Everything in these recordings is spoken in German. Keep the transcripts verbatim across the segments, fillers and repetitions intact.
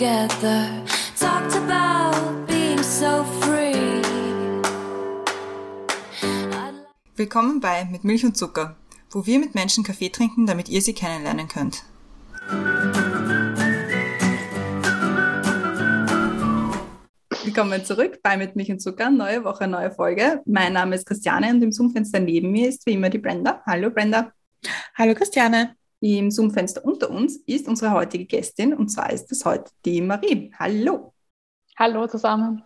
together, talked about being so free. Willkommen bei Mit Milch und Zucker, wo wir mit Menschen Kaffee trinken, damit ihr sie kennenlernen könnt. Willkommen zurück bei Mit Milch und Zucker, neue Woche, neue Folge. Mein Name ist Christiane und im Zoom-Fenster neben mir ist wie immer die Brenda. Hallo Brenda. Hallo Christiane. Im Zoom-Fenster unter uns ist unsere heutige Gästin und zwar ist es heute die Marie. Hallo. Hallo zusammen.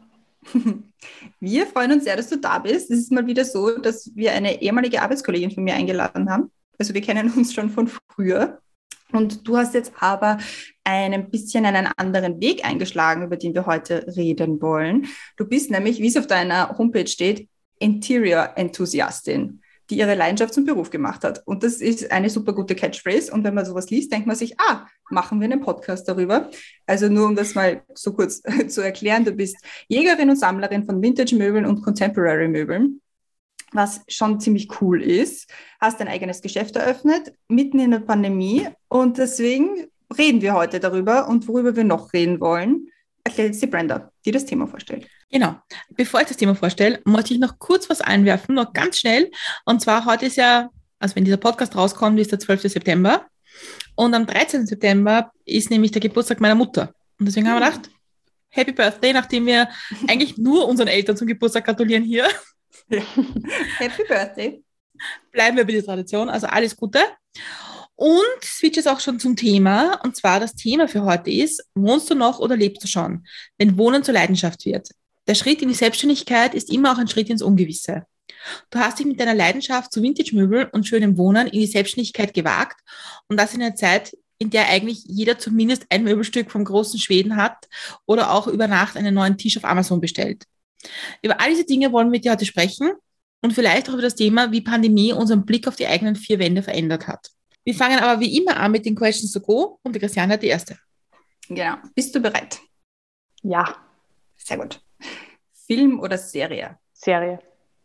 Wir freuen uns sehr, dass du da bist. Es ist mal wieder so, dass wir eine ehemalige Arbeitskollegin von mir eingeladen haben. Also wir kennen uns schon von früher. Und du hast jetzt aber ein bisschen einen anderen Weg eingeschlagen, über den wir heute reden wollen. Du bist nämlich, wie es auf deiner Homepage steht, Interior-Enthusiastin, die ihre Leidenschaft zum Beruf gemacht hat. Und das ist eine super gute Catchphrase. Und wenn man sowas liest, denkt man sich, ah, machen wir einen Podcast darüber. Also nur um das mal so kurz zu erklären, du bist Jägerin und Sammlerin von Vintage-Möbeln und Contemporary-Möbeln, was schon ziemlich cool ist. Hast dein eigenes Geschäft eröffnet, mitten in der Pandemie. Und deswegen reden wir heute darüber. Und worüber wir noch reden wollen, erklärt jetzt die Brenda, die das Thema vorstellt. Genau. Bevor ich das Thema vorstelle, möchte ich noch kurz was einwerfen, noch ganz schnell. Und zwar heute ist ja, also wenn dieser Podcast rauskommt, ist der zwölfte September. Und am dreizehnten September ist nämlich der Geburtstag meiner Mutter. Und deswegen haben wir gedacht, Happy Birthday, nachdem wir eigentlich nur unseren Eltern zum Geburtstag gratulieren hier. Ja. Happy Birthday. Bleiben wir bei der Tradition, also alles Gute. Und switch jetzt auch schon zum Thema. Und zwar das Thema für heute ist, wohnst du noch oder lebst du schon? Wenn Wohnen zur Leidenschaft wird. Der Schritt in die Selbstständigkeit ist immer auch ein Schritt ins Ungewisse. Du hast dich mit deiner Leidenschaft zu Vintage-Möbeln und schönem Wohnen in die Selbstständigkeit gewagt. Und das in einer Zeit, in der eigentlich jeder zumindest ein Möbelstück vom großen Schweden hat oder auch über Nacht einen neuen Tisch auf Amazon bestellt. Über all diese Dinge wollen wir mit dir heute sprechen und vielleicht auch über das Thema, wie Pandemie unseren Blick auf die eigenen vier Wände verändert hat. Wir fangen aber wie immer an mit den Questions to go und die Christiane hat die erste. Genau. Bist du bereit? Ja. Sehr gut. Film oder Serie? Serie.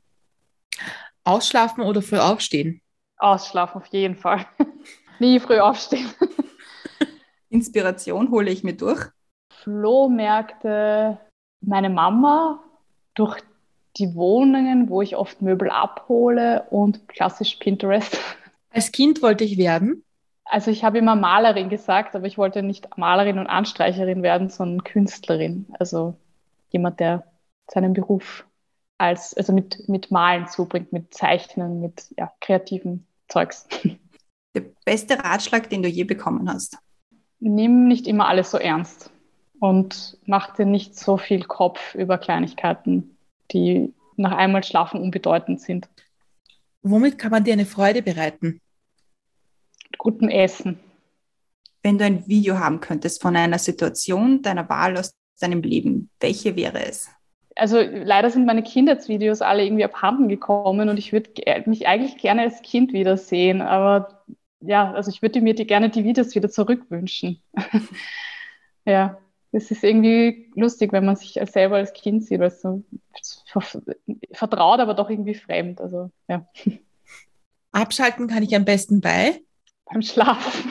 Ausschlafen oder früh aufstehen? Ausschlafen auf jeden Fall. Nie früh aufstehen. Inspiration hole ich mir durch. Flohmärkte, meine Mama durch die Wohnungen, wo ich oft Möbel abhole und klassisch Pinterest. Als Kind wollte ich werden? Also ich habe immer Malerin gesagt, aber ich wollte nicht Malerin und Anstreicherin werden, sondern Künstlerin. Also jemand, der seinen Beruf als, also mit, mit Malen zubringt, mit Zeichnen, mit ja, kreativen Zeugs. Der beste Ratschlag, den du je bekommen hast? Nimm nicht immer alles so ernst und mach dir nicht so viel Kopf über Kleinigkeiten, die nach einmal Schlafen unbedeutend sind. Womit kann man dir eine Freude bereiten? Mit gutem Essen. Wenn du ein Video haben könntest von einer Situation deiner Wahl aus deinem Leben, welche wäre es? Also leider sind meine Kindheitsvideos alle irgendwie abhanden gekommen und ich würde mich eigentlich gerne als Kind wiedersehen, aber ja, also ich würde mir die, gerne die Videos wieder zurückwünschen. Ja, es ist irgendwie lustig, wenn man sich als selber als Kind sieht, weil es so vertraut, aber doch irgendwie fremd. Also ja. Abschalten kann ich am besten bei? Beim Schlafen.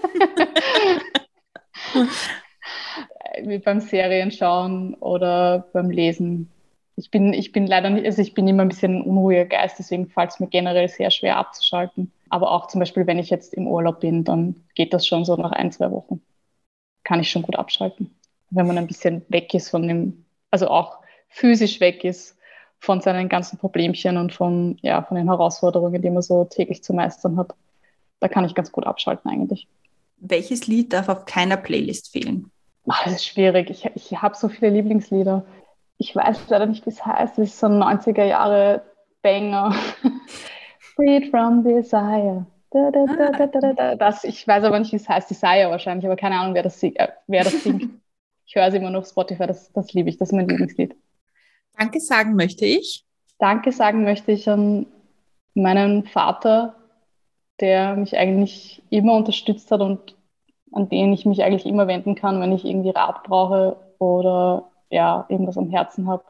Wie beim Serienschauen oder beim Lesen. Ich bin, ich bin leider nicht, also ich bin immer ein bisschen ein unruhiger Geist, deswegen fällt es mir generell sehr schwer abzuschalten. Aber auch zum Beispiel, wenn ich jetzt im Urlaub bin, dann geht das schon so nach ein, zwei Wochen. Kann ich schon gut abschalten. Wenn man ein bisschen weg ist von dem, also auch physisch weg ist von seinen ganzen Problemchen und von, ja, von den Herausforderungen, die man so täglich zu meistern hat. Da kann ich ganz gut abschalten eigentlich. Welches Lied darf auf keiner Playlist fehlen? Ach, das ist schwierig. Ich, ich habe so viele Lieblingslieder. Ich weiß leider nicht, wie es heißt. Das ist so ein neunziger Jahre Banger. Freed from Desire. Da, da, da, da, da, da. Das, ich weiß aber nicht, wie es heißt. Desire wahrscheinlich, aber keine Ahnung, wer das, äh, wer das singt. Ich höre es immer nur auf Spotify. Das, das liebe ich. Das ist mein Lieblingslied. Danke sagen möchte ich. Danke sagen möchte ich an meinen Vater, der mich eigentlich immer unterstützt hat und an den ich mich eigentlich immer wenden kann, wenn ich irgendwie Rat brauche oder ja, irgendwas am Herzen habe.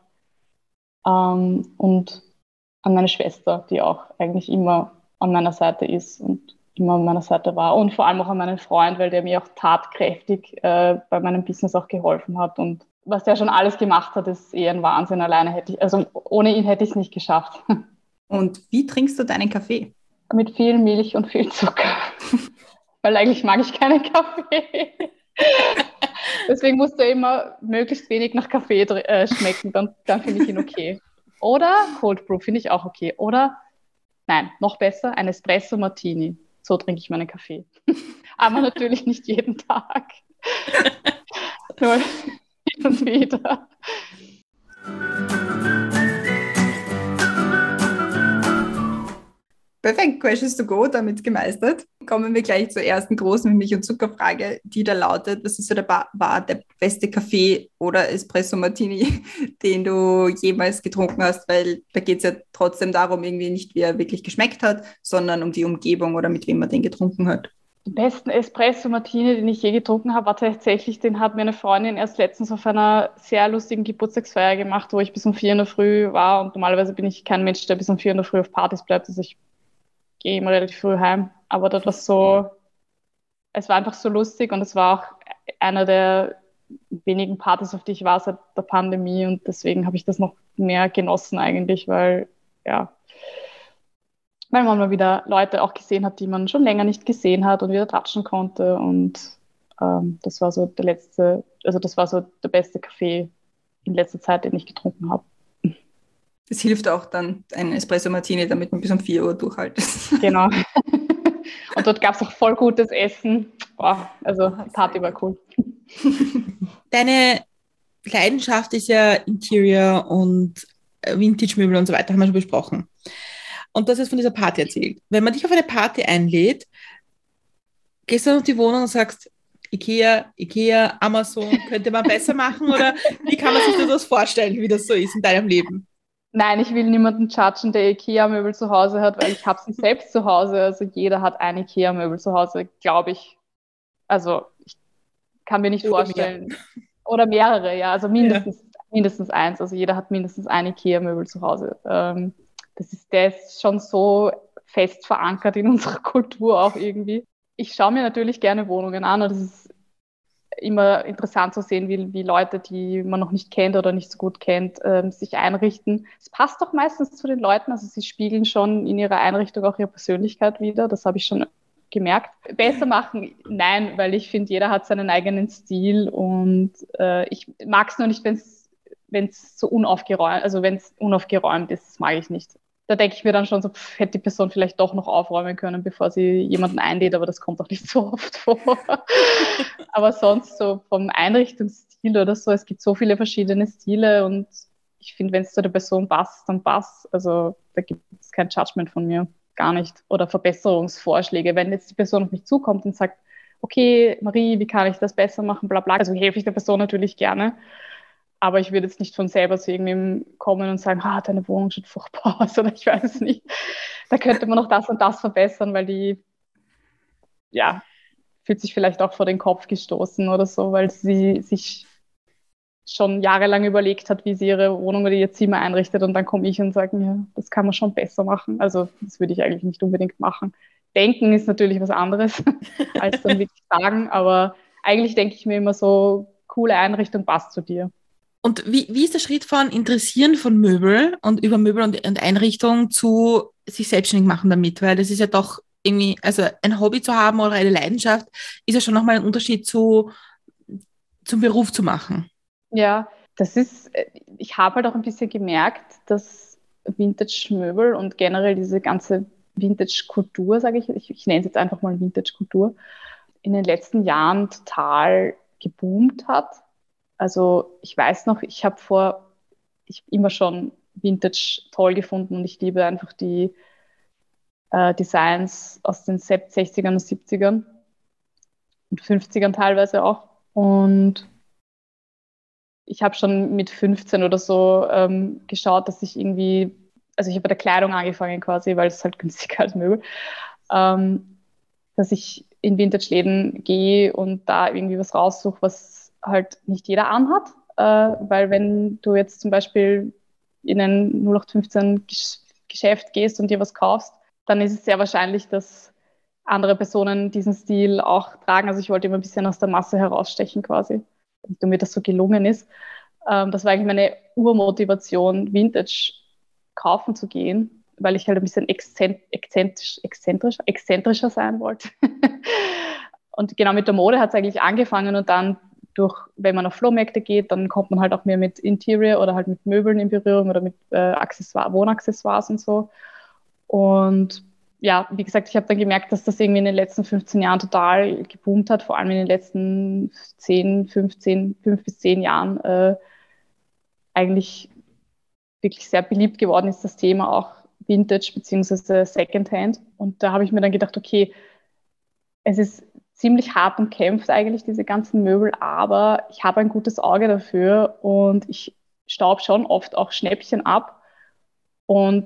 Ähm, und an meine Schwester, die auch eigentlich immer an meiner Seite ist und immer an meiner Seite war und vor allem auch an meinen Freund, weil der mir auch tatkräftig äh, bei meinem Business auch geholfen hat. Und was der schon alles gemacht hat, ist eh ein Wahnsinn. Alleine hätte ich, also ohne ihn hätte ich es nicht geschafft. Und wie trinkst du deinen Kaffee? Mit viel Milch und viel Zucker. Weil eigentlich mag ich keinen Kaffee. Deswegen muss der immer möglichst wenig nach Kaffee äh, schmecken, dann, dann finde ich ihn okay. Oder Cold Brew finde ich auch okay. Oder, nein, noch besser, ein Espresso Martini. So trinke ich meinen Kaffee. Aber natürlich nicht jeden Tag. Nur hin und wieder. Perfekt, Questions to go, damit gemeistert. Kommen wir gleich zur ersten großen Milch- und Zuckerfrage, die da lautet, was ist so der, ba- war der beste Kaffee oder Espresso Martini, den du jemals getrunken hast? Weil da geht es ja trotzdem darum, irgendwie nicht, wie er wirklich geschmeckt hat, sondern um die Umgebung oder mit wem man den getrunken hat. Den besten Espresso Martini, den ich je getrunken habe, war tatsächlich, den hat mir eine Freundin erst letztens auf einer sehr lustigen Geburtstagsfeier gemacht, wo ich bis um vier in der Früh war. Und normalerweise bin ich kein Mensch, der bis um vier in der Früh auf Partys bleibt. Also ich gehe immer relativ früh heim. Aber das war so, es war einfach so lustig und es war auch einer der wenigen Partys, auf die ich war seit der Pandemie. Und deswegen habe ich das noch mehr genossen eigentlich, weil, ja, weil man mal wieder Leute auch gesehen hat, die man schon länger nicht gesehen hat und wieder tratschen konnte. Und ähm, das war so der letzte, also das war so der beste Kaffee in letzter Zeit, den ich getrunken habe. Das hilft auch dann, ein Espresso Martini, damit man bis um vier Uhr durchhaltet. Genau. Und dort gab es auch voll gutes Essen. Boah, also die Party war cool. Deine Leidenschaft ist ja Interior und Vintage-Möbel und so weiter, haben wir schon besprochen. Und du hast jetzt von dieser Party erzählt. Wenn man dich auf eine Party einlädt, gehst du dann auf die Wohnung und sagst, Ikea, Ikea, Amazon, könnte man besser machen? Oder wie kann man sich das vorstellen, wie das so ist in deinem Leben? Nein, ich will niemanden judgen, der Ikea-Möbel zu Hause hat, weil ich habe sie selbst zu Hause. Also jeder hat ein Ikea-Möbel zu Hause, glaube ich. Also ich kann mir nicht Oder vorstellen. mehr. Oder mehrere, ja. Also mindestens, Ja. mindestens eins. Also jeder hat mindestens ein Ikea-Möbel zu Hause. Ähm, das ist, der ist schon so fest verankert in unserer Kultur auch irgendwie. Ich schaue mir natürlich gerne Wohnungen an und es ist immer interessant zu sehen, wie, wie Leute, die man noch nicht kennt oder nicht so gut kennt, ähm, sich einrichten. Es passt doch meistens zu den Leuten, also sie spiegeln schon in ihrer Einrichtung auch ihre Persönlichkeit wider, das habe ich schon gemerkt. Besser machen, nein, weil ich finde, jeder hat seinen eigenen Stil und äh, ich mag es nur nicht, wenn es wenn es so unaufgeräumt, also wenn es unaufgeräumt ist, das mag ich nicht. Da denke ich mir dann schon so, pff, hätte die Person vielleicht doch noch aufräumen können, bevor sie jemanden einlädt, aber das kommt auch nicht so oft vor. Aber sonst so vom Einrichtungsstil oder so, es gibt so viele verschiedene Stile und ich finde, wenn es zu der Person passt, dann passt. Also da gibt es kein Judgment von mir, gar nicht. Oder Verbesserungsvorschläge. Wenn jetzt die Person auf mich zukommt und sagt, okay, Marie, wie kann ich das besser machen, bla bla, also helfe ich der Person natürlich gerne. Aber ich würde jetzt nicht von selber zu irgendjemandem kommen und sagen, ah, deine Wohnung sieht furchtbar aus oder ich weiß es nicht. Da könnte man noch das und das verbessern, weil die, ja, fühlt sich vielleicht auch vor den Kopf gestoßen oder so, weil sie sich schon jahrelang überlegt hat, wie sie ihre Wohnung oder ihr Zimmer einrichtet und dann komme ich und sage mir, das kann man schon besser machen. Also das würde ich eigentlich nicht unbedingt machen. Denken ist natürlich was anderes als dann wirklich sagen, aber eigentlich denke ich mir immer so, coole Einrichtung passt zu dir. Und wie, wie ist der Schritt von Interessieren von Möbel und über Möbel und, und Einrichtung zu sich selbstständig machen damit? Weil das ist ja doch irgendwie, also ein Hobby zu haben oder eine Leidenschaft ist ja schon nochmal ein Unterschied zu, zum Beruf zu machen. Ja, das ist, ich habe halt auch ein bisschen gemerkt, dass Vintage-Möbel und generell diese ganze Vintage-Kultur, sage ich, ich, ich nenne es jetzt einfach mal Vintage-Kultur, in den letzten Jahren total geboomt hat. Also ich weiß noch, ich habe vor, ich immer schon Vintage toll gefunden und ich liebe einfach die äh, Designs aus den sechzigern und siebzigern und fünfzigern teilweise auch. Und ich habe schon mit fünfzehn oder so ähm, geschaut, dass ich irgendwie, also ich habe bei der Kleidung angefangen quasi, weil es halt günstiger als Möbel, ähm, dass ich in Vintage-Läden gehe und da irgendwie was raussuche, was halt nicht jeder anhat. Äh, weil wenn du jetzt zum Beispiel in ein null acht fünfzehn Geschäft gehst und dir was kaufst, dann ist es sehr wahrscheinlich, dass andere Personen diesen Stil auch tragen. Also ich wollte immer ein bisschen aus der Masse herausstechen quasi, damit mir das so gelungen ist. Ähm, das war eigentlich meine Urmotivation, Vintage kaufen zu gehen, weil ich halt ein bisschen exzent, exzentrisch, exzentrisch, exzentrischer sein wollte. Und genau mit der Mode hat es eigentlich angefangen und dann durch, wenn man auf Flohmärkte geht, dann kommt man halt auch mehr mit Interior oder halt mit Möbeln in Berührung oder mit äh, Accessoire, Wohnaccessoires und so. Und ja, wie gesagt, ich habe dann gemerkt, dass das irgendwie in den letzten fünfzehn Jahren total geboomt hat, vor allem in den letzten zehn, fünfzehn, fünf bis zehn Jahren äh, eigentlich wirklich sehr beliebt geworden ist, das Thema auch Vintage bzw. Secondhand. Und da habe ich mir dann gedacht, okay, es ist ziemlich hart umkämpft eigentlich, diese ganzen Möbel, aber ich habe ein gutes Auge dafür und ich staub schon oft auch Schnäppchen ab. Und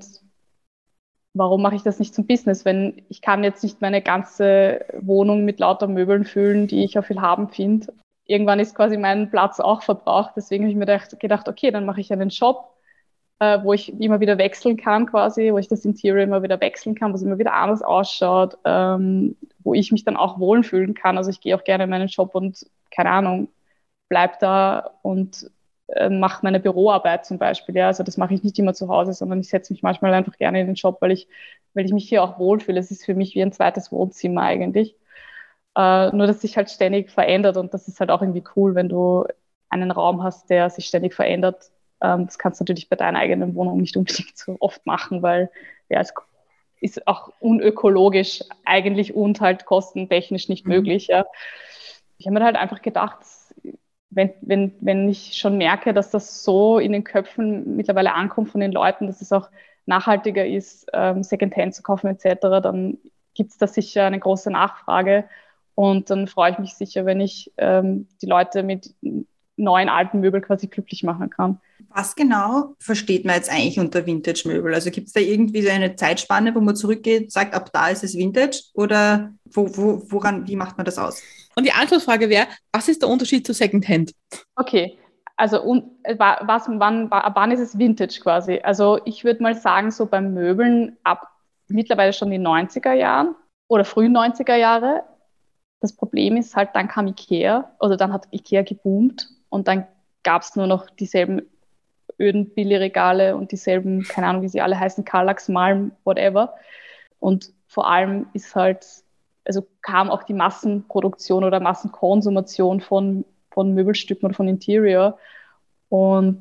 warum mache ich das nicht zum Business, wenn ich kann jetzt nicht meine ganze Wohnung mit lauter Möbeln füllen, die ich auf Willhaben finde. Irgendwann ist quasi mein Platz auch verbraucht. Deswegen habe ich mir gedacht, gedacht okay, dann mache ich einen Shop, äh, wo ich immer wieder wechseln kann quasi, wo ich das Interior immer wieder wechseln kann, wo es immer wieder anders ausschaut, ähm, wo ich mich dann auch wohlfühlen kann. Also ich gehe auch gerne in meinen Shop und, keine Ahnung, bleib da und äh, mache meine Büroarbeit zum Beispiel. Ja? Also das mache ich nicht immer zu Hause, sondern ich setze mich manchmal einfach gerne in den Shop, weil ich, weil ich mich hier auch wohlfühle. Es ist für mich wie ein zweites Wohnzimmer eigentlich. Äh, nur, dass sich halt ständig verändert und das ist halt auch irgendwie cool, wenn du einen Raum hast, der sich ständig verändert. Ähm, das kannst du natürlich bei deiner eigenen Wohnung nicht unbedingt so oft machen, weil ja, es ist auch unökologisch eigentlich und halt kostentechnisch nicht mhm. möglich. Ja. Ich habe mir halt einfach gedacht, wenn, wenn, wenn ich schon merke, dass das so in den Köpfen mittlerweile ankommt von den Leuten, dass es auch nachhaltiger ist, ähm, Secondhand zu kaufen et cetera, dann gibt es da sicher eine große Nachfrage. Und dann freue ich mich sicher, wenn ich ähm, die Leute mit neuen alten Möbeln quasi glücklich machen kann. Was genau versteht man jetzt eigentlich unter Vintage-Möbel? Also gibt es da irgendwie so eine Zeitspanne, wo man zurückgeht, sagt, ab da ist es Vintage? Oder wo, wo, woran, wie macht man das aus? Und die Anschlussfrage wäre, was ist der Unterschied zu Secondhand? Okay, also und, was, wann, ab wann ist es Vintage quasi? Also ich würde mal sagen, so beim Möbeln ab mittlerweile schon die neunziger Jahren oder frühen neunziger Jahre. Das Problem ist halt, dann kam Ikea oder dann hat Ikea geboomt und dann gab es nur noch dieselben öden Billigregale und dieselben, keine Ahnung, wie sie alle heißen, Kallax, Malm, whatever. Und vor allem ist halt, also kam auch die Massenproduktion oder Massenkonsumation von, von Möbelstücken oder von Interior. Und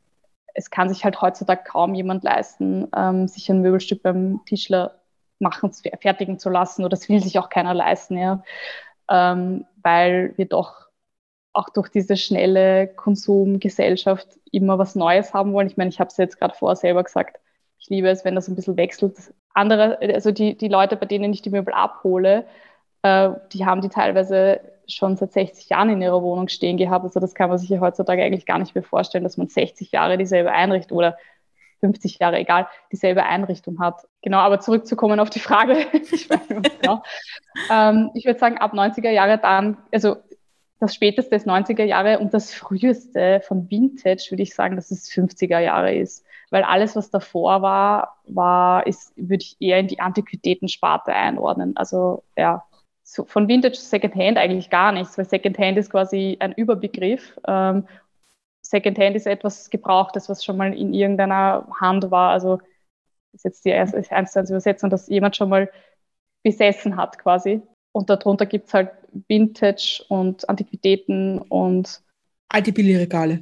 es kann sich halt heutzutage kaum jemand leisten, ähm, sich ein Möbelstück beim Tischler machen, fertigen zu lassen, oder das will sich auch keiner leisten, ja, ähm, weil wir doch auch durch diese schnelle Konsumgesellschaft immer was Neues haben wollen. Ich meine, ich habe es jetzt gerade vorher selber gesagt, ich liebe es, wenn das ein bisschen wechselt. Andere, also die, die Leute, bei denen ich die Möbel abhole, äh, die haben die teilweise schon seit sechzig Jahren in ihrer Wohnung stehen gehabt. Also das kann man sich ja heutzutage eigentlich gar nicht mehr vorstellen, dass man sechzig Jahre dieselbe Einrichtung oder fünfzig Jahre, egal, dieselbe Einrichtung hat. Genau, aber zurückzukommen auf die Frage, ich weiß nicht genau. ähm, ich würde sagen, ab neunziger Jahre dann, also das späteste ist neunziger Jahre und das früheste von Vintage würde ich sagen, dass es fünfziger Jahre ist. Weil alles, was davor war, war, ist, würde ich eher in die Antiquitätensparte einordnen. Also ja, so von Vintage zu Secondhand eigentlich gar nichts, weil Secondhand ist quasi ein Überbegriff. Ähm, Secondhand ist etwas Gebrauchtes, was schon mal in irgendeiner Hand war. Also ist jetzt die erste eins zu eins Übersetzung, dass jemand schon mal besessen hat quasi. Und darunter gibt es halt Vintage und Antiquitäten und alte Billigregale.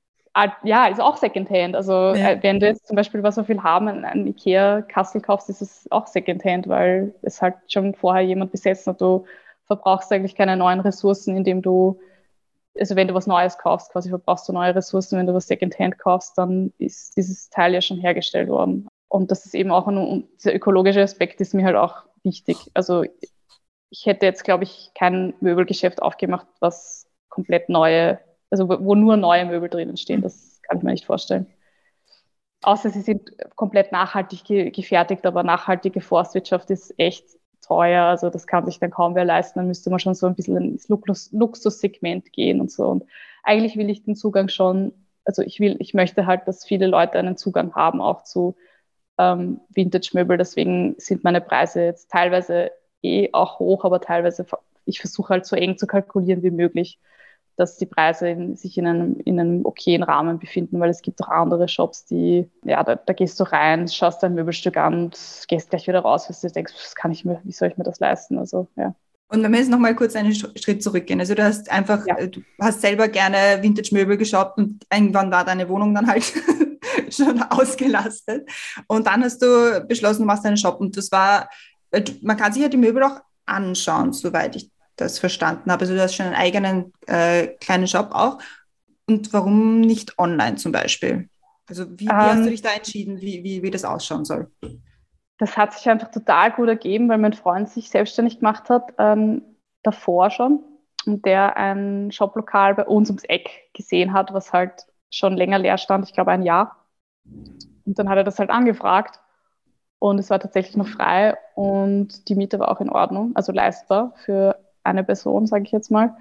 Ja, ist auch Secondhand. Also ja. äh, wenn du jetzt zum Beispiel was so viel haben, ein Ikea-Kassel kaufst, ist es auch Secondhand, weil es halt schon vorher jemand besessen hat. Du verbrauchst eigentlich keine neuen Ressourcen, indem du, also wenn du was Neues kaufst, quasi verbrauchst du neue Ressourcen. Wenn du was Secondhand kaufst, dann ist dieses Teil ja schon hergestellt worden. Und das ist eben auch ein, dieser ökologische Aspekt ist mir halt auch wichtig. Also ich hätte jetzt, glaube ich, kein Möbelgeschäft aufgemacht, was komplett neue, also wo nur neue Möbel drinnen stehen. Das kann ich mir nicht vorstellen. Außer sie sind komplett nachhaltig ge- gefertigt, aber nachhaltige Forstwirtschaft ist echt teuer. Also das kann sich dann kaum wer leisten. Dann müsste man schon so ein bisschen ins Luxus- Luxussegment gehen und so. Und eigentlich will ich den Zugang schon, also ich will, ich möchte halt, dass viele Leute einen Zugang haben auch zu ähm, Vintage-Möbel. Deswegen sind meine Preise jetzt teilweise eh auch hoch, aber teilweise, ich versuche halt so eng zu kalkulieren wie möglich, dass die Preise in, sich in einem, in einem okayen Rahmen befinden, weil es gibt auch andere Shops, die, ja, da, da gehst du rein, schaust dein Möbelstück an und gehst gleich wieder raus, weil du denkst, das kann ich mir, wie soll ich mir das leisten? Also, ja. Und wenn wir jetzt nochmal kurz einen Schritt zurückgehen, also du hast einfach, Ja. du hast selber gerne Vintage-Möbel geshoppt und irgendwann war deine Wohnung dann halt schon ausgelastet und dann hast du beschlossen, du machst einen Shop und das war, man kann sich ja die Möbel auch anschauen, soweit ich das verstanden habe. Also du hast schon einen eigenen äh, kleinen Shop auch. Und warum nicht online zum Beispiel? Also wie, wie Ähm, hast du dich da entschieden, wie, wie, wie das ausschauen soll? Das hat sich einfach total gut ergeben, weil mein Freund sich selbstständig gemacht hat, ähm, davor schon. Und der ein Shoplokal bei uns ums Eck gesehen hat, was halt schon länger leer stand, ich glaube ein Jahr. Und dann hat er das halt angefragt. Und es war tatsächlich noch frei und die Miete war auch in Ordnung, also leistbar für eine Person, sage ich jetzt mal.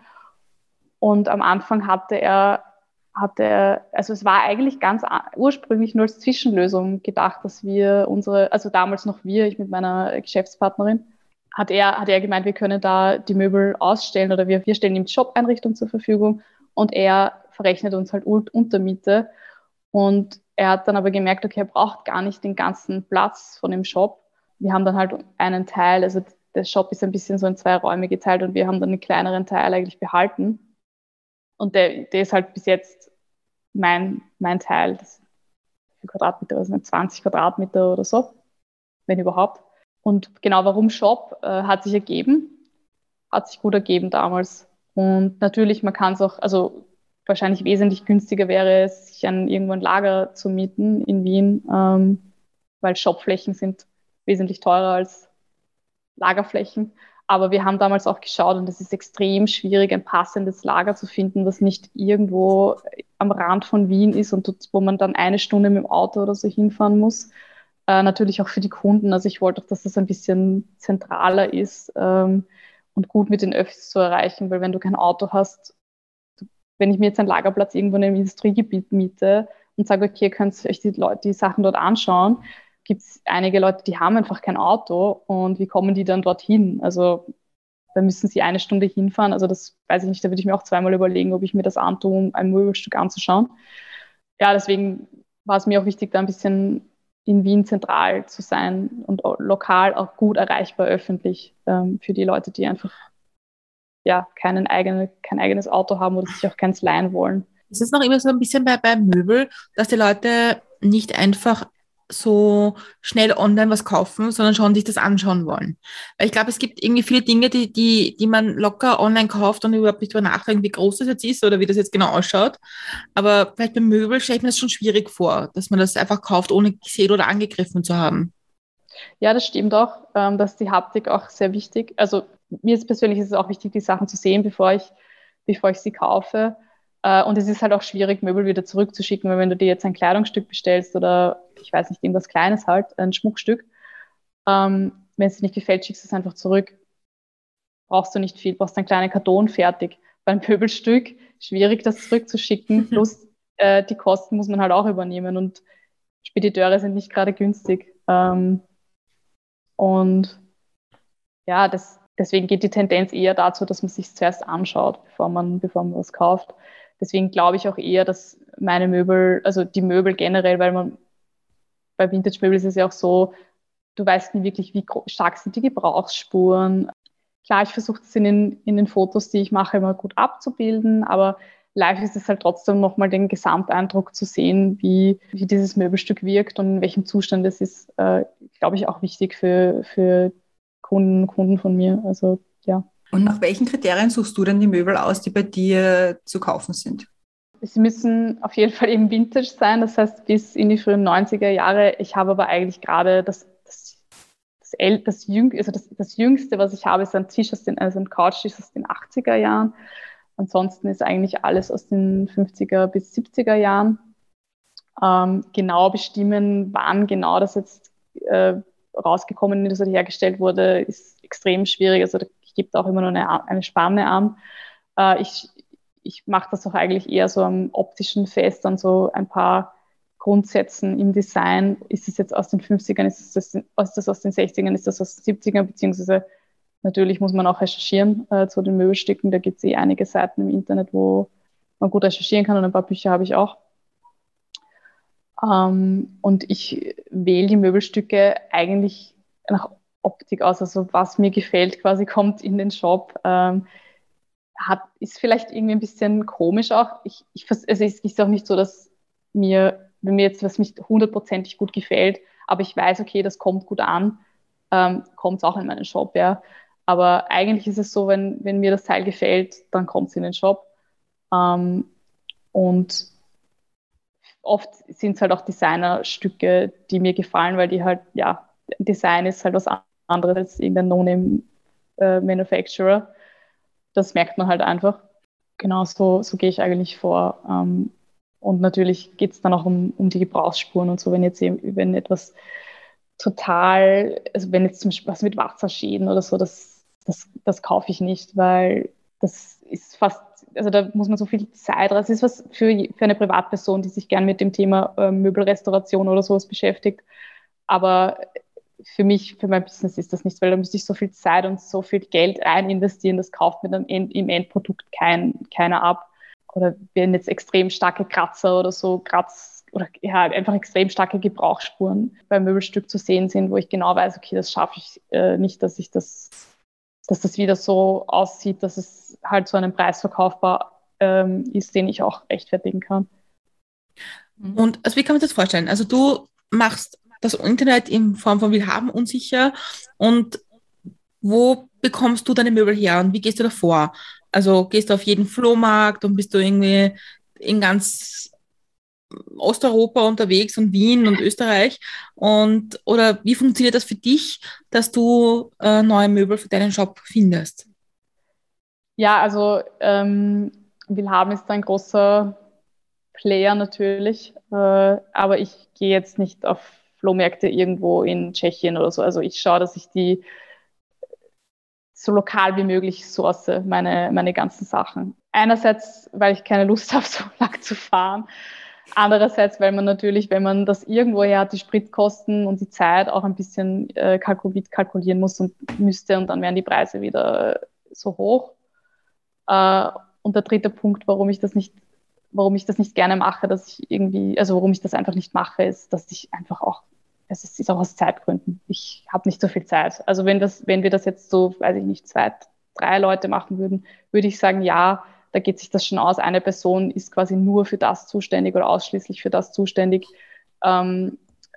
Und am Anfang hatte er, hatte er, also es war eigentlich ganz ursprünglich nur als Zwischenlösung gedacht, dass wir unsere, also damals noch wir, ich mit meiner Geschäftspartnerin, hat er, hat er gemeint, wir können da die Möbel ausstellen oder wir, wir stellen ihm die Shop-Einrichtung zur Verfügung und er verrechnet uns halt Untermiete. Und er hat dann aber gemerkt, okay, er braucht gar nicht den ganzen Platz von dem Shop. Wir haben dann halt einen Teil, also der Shop ist ein bisschen so in zwei Räume geteilt und wir haben dann einen kleineren Teil eigentlich behalten. Und der, der ist halt bis jetzt mein, mein Teil. Das ist wie Quadratmeter, also zwanzig Quadratmeter oder so, wenn überhaupt. Und genau warum Shop äh, hat sich ergeben, hat sich gut ergeben damals. Und natürlich, man kann es auch, also wahrscheinlich wesentlich günstiger wäre es, sich an irgendwo ein Lager zu mieten in Wien, ähm, weil Shopflächen sind wesentlich teurer als Lagerflächen. Aber wir haben damals auch geschaut und es ist extrem schwierig, ein passendes Lager zu finden, das nicht irgendwo am Rand von Wien ist und wo man dann eine Stunde mit dem Auto oder so hinfahren muss. Äh, natürlich auch für die Kunden. Also ich wollte auch, dass das ein bisschen zentraler ist ähm, und gut mit den Öffis zu erreichen, weil wenn du kein Auto hast, wenn ich mir jetzt einen Lagerplatz irgendwo in einem Industriegebiet miete und sage, okay, ihr könnt euch die Leute, die Sachen dort anschauen, gibt es einige Leute, die haben einfach kein Auto und wie kommen die dann dorthin? Also da müssen sie eine Stunde hinfahren. Also das weiß ich nicht, da würde ich mir auch zweimal überlegen, ob ich mir das antue, um ein Möbelstück anzuschauen. Ja, deswegen war es mir auch wichtig, da ein bisschen in Wien zentral zu sein und lokal auch gut erreichbar öffentlich ähm, für die Leute, die einfach ja, keinen eigene, kein eigenes Auto haben oder sich auch keins leihen wollen. Es ist noch immer so ein bisschen bei, bei Möbel, dass die Leute nicht einfach so schnell online was kaufen, sondern schon sich das anschauen wollen. Weil ich glaube, es gibt irgendwie viele Dinge, die, die, die man locker online kauft und überhaupt nicht drüber nachdenkt, wie groß das jetzt ist oder wie das jetzt genau ausschaut. Aber vielleicht bei Möbel stelle ich mir das schon schwierig vor, dass man das einfach kauft, ohne gesehen oder angegriffen zu haben. Ja, das stimmt auch. Ähm, dass die Haptik auch sehr wichtig. Also mir ist persönlich ist es auch wichtig, die Sachen zu sehen, bevor ich, bevor ich sie kaufe. Äh, und es ist halt auch schwierig, Möbel wieder zurückzuschicken, weil wenn du dir jetzt ein Kleidungsstück bestellst oder ich weiß nicht, irgendwas Kleines halt, ein Schmuckstück, ähm, wenn es dir nicht gefällt, schickst du es einfach zurück. Brauchst du nicht viel, brauchst einen kleinen Karton fertig. Beim Möbelstück schwierig, das zurückzuschicken. Plus äh, die Kosten muss man halt auch übernehmen und Spediteure sind nicht gerade günstig. Ähm, und ja, das, deswegen geht die Tendenz eher dazu, dass man sich zuerst anschaut, bevor man, bevor man was kauft. Deswegen glaube ich auch eher, dass meine Möbel, also die Möbel generell, weil man bei Vintage-Möbel ist es ja auch so, du weißt nie wirklich, wie stark sind die Gebrauchsspuren. Klar, ich versuche es in den, in den Fotos, die ich mache, immer gut abzubilden, aber live ist es halt trotzdem nochmal den Gesamteindruck zu sehen, wie, wie dieses Möbelstück wirkt und in welchem Zustand es ist, äh, glaube ich, auch wichtig für, für Kunden, Kunden von mir. Also, ja. Und nach welchen Kriterien suchst du denn die Möbel aus, die bei dir zu kaufen sind? Sie müssen auf jeden Fall eben Vintage sein, das heißt bis in die frühen neunziger Jahre. Ich habe aber eigentlich gerade das, das, das, El- das, Jüng- also das, das Jüngste, was ich habe, ist ein Tisch aus den, also ein Couchtisch aus den achtziger Jahren. Ansonsten ist eigentlich alles aus den fünfziger bis siebziger Jahren. Ähm, genau bestimmen, wann genau das jetzt äh, rausgekommen ist oder hergestellt wurde, ist extrem schwierig. Also ich gebe da auch immer nur eine, eine Spanne an. Äh, ich ich mache das auch eigentlich eher so am optischen Fest, an so ein paar Grundsätzen im Design. Ist es jetzt aus den fünfzigern, ist das, ist das aus den sechzigern, ist das aus den siebzigern, beziehungsweise Natürlich muss man auch recherchieren äh, zu den Möbelstücken. Da gibt es eh einige Seiten im Internet, wo man gut recherchieren kann und ein paar Bücher habe ich auch. Ähm, und ich wähle die Möbelstücke eigentlich nach Optik aus. Also was mir gefällt, quasi kommt in den Shop. Ähm, hat, ist vielleicht irgendwie ein bisschen komisch auch. Ich, ich, also es ist auch nicht so, dass mir, wenn mir jetzt was nicht hundertprozentig gut gefällt, aber ich weiß, okay, das kommt gut an, ähm, kommt es auch in meinen Shop, ja. Aber eigentlich ist es so, wenn, wenn mir das Teil gefällt, dann kommt es in den Shop. Ähm, und oft sind es halt auch Designerstücke, die mir gefallen, weil die halt, ja, Design ist halt was anderes als irgendein No-Name-Manufacturer. Äh, das merkt man halt einfach. Genau, so, so gehe ich eigentlich vor. Ähm, und natürlich geht es dann auch um, um die Gebrauchsspuren und so, wenn jetzt wenn etwas total, also wenn jetzt zum Beispiel was mit Wasserschäden oder so, das, das, das kaufe ich nicht, weil das ist fast, also da muss man so viel Zeit, das ist was für, für eine Privatperson, die sich gern mit dem Thema äh, Möbelrestauration oder sowas beschäftigt. Aber für mich, für mein Business ist das nichts, weil da müsste ich so viel Zeit und so viel Geld rein investieren, das kauft mir dann in, im Endprodukt kein, keiner ab. Oder wenn jetzt extrem starke Kratzer oder so, Kratz oder ja, einfach extrem starke Gebrauchsspuren beim Möbelstück zu sehen sind, wo ich genau weiß, okay, das schaffe ich äh, nicht, dass ich das, dass das wieder so aussieht, dass es halt zu einem Preis verkaufbar ähm, ist, den ich auch rechtfertigen kann. Und also wie kann man sich das vorstellen? Also du machst das Internet in Form von Willhaben unsicher und wo bekommst du deine Möbel her und wie gehst du da vor? Also gehst du auf jeden Flohmarkt und bist du irgendwie in ganz Osteuropa unterwegs und Wien und Österreich und oder wie funktioniert das für dich, dass du äh, neue Möbel für deinen Shop findest? Ja, also ähm, Willhaben ist ein großer Player natürlich, äh, aber ich gehe jetzt nicht auf Flohmärkte irgendwo in Tschechien oder so. Also ich schaue, dass ich die so lokal wie möglich source, meine, meine ganzen Sachen. Einerseits, weil ich keine Lust habe, so lang zu fahren. Andererseits, weil man natürlich, wenn man das irgendwoher hat, die Spritkosten und die Zeit auch ein bisschen äh, kalkul- kalkulieren muss und müsste und dann wären die Preise wieder so hoch. Äh, und der dritte Punkt, warum ich das nicht, warum ich das nicht gerne mache, dass ich irgendwie, also warum ich das einfach nicht mache, ist, dass ich einfach auch, es ist auch aus Zeitgründen. Ich habe nicht so viel Zeit. Also wenn das, wenn wir das jetzt so, weiß ich nicht, zwei, drei Leute machen würden, würde ich sagen, ja, da geht sich das schon aus. Eine Person ist quasi nur für das zuständig oder ausschließlich für das zuständig. Ähm,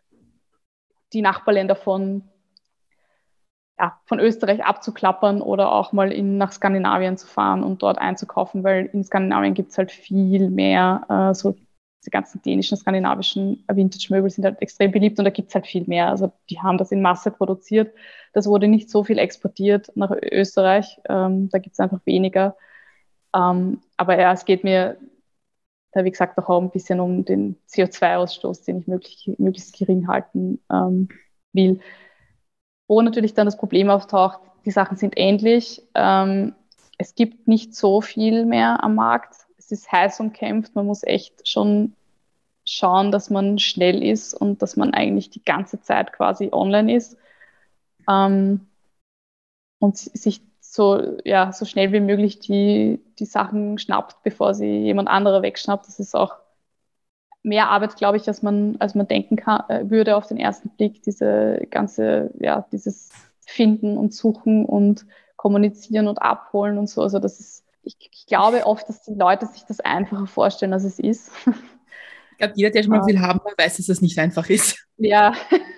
die Nachbarländer von ja, von Österreich abzuklappern oder auch mal in, nach Skandinavien zu fahren und dort einzukaufen, weil in Skandinavien gibt es halt viel mehr, äh, so diese ganzen dänischen, skandinavischen Vintage-Möbel sind halt extrem beliebt und da gibt es halt viel mehr. Also die haben das in Masse produziert. Das wurde nicht so viel exportiert nach Österreich. Ähm, da gibt es einfach weniger. Ähm, aber ja, es geht mir da, wie gesagt, auch ein bisschen um den C O zwei Ausstoß, den ich möglich, möglichst gering halten ähm, will. Wo natürlich dann das Problem auftaucht, die Sachen sind endlich. Ähm, es gibt nicht so viel mehr am Markt. Es ist heiß umkämpft. Man muss echt schon schauen, dass man schnell ist und dass man eigentlich die ganze Zeit quasi online ist. Ähm, und sich so, ja, so schnell wie möglich die, die Sachen schnappt, bevor sie jemand anderer wegschnappt. Das ist auch mehr Arbeit, glaube ich, als man, als man denken kann, äh, würde auf den ersten Blick. Diese ganze, ja, dieses Finden und Suchen und Kommunizieren und Abholen und so. Also das ist, ich, ich glaube oft, dass die Leute sich das einfacher vorstellen, als es ist. Ich glaube, jeder, der schon mal Willhaben hat, weiß, dass es nicht einfach ist. Ja.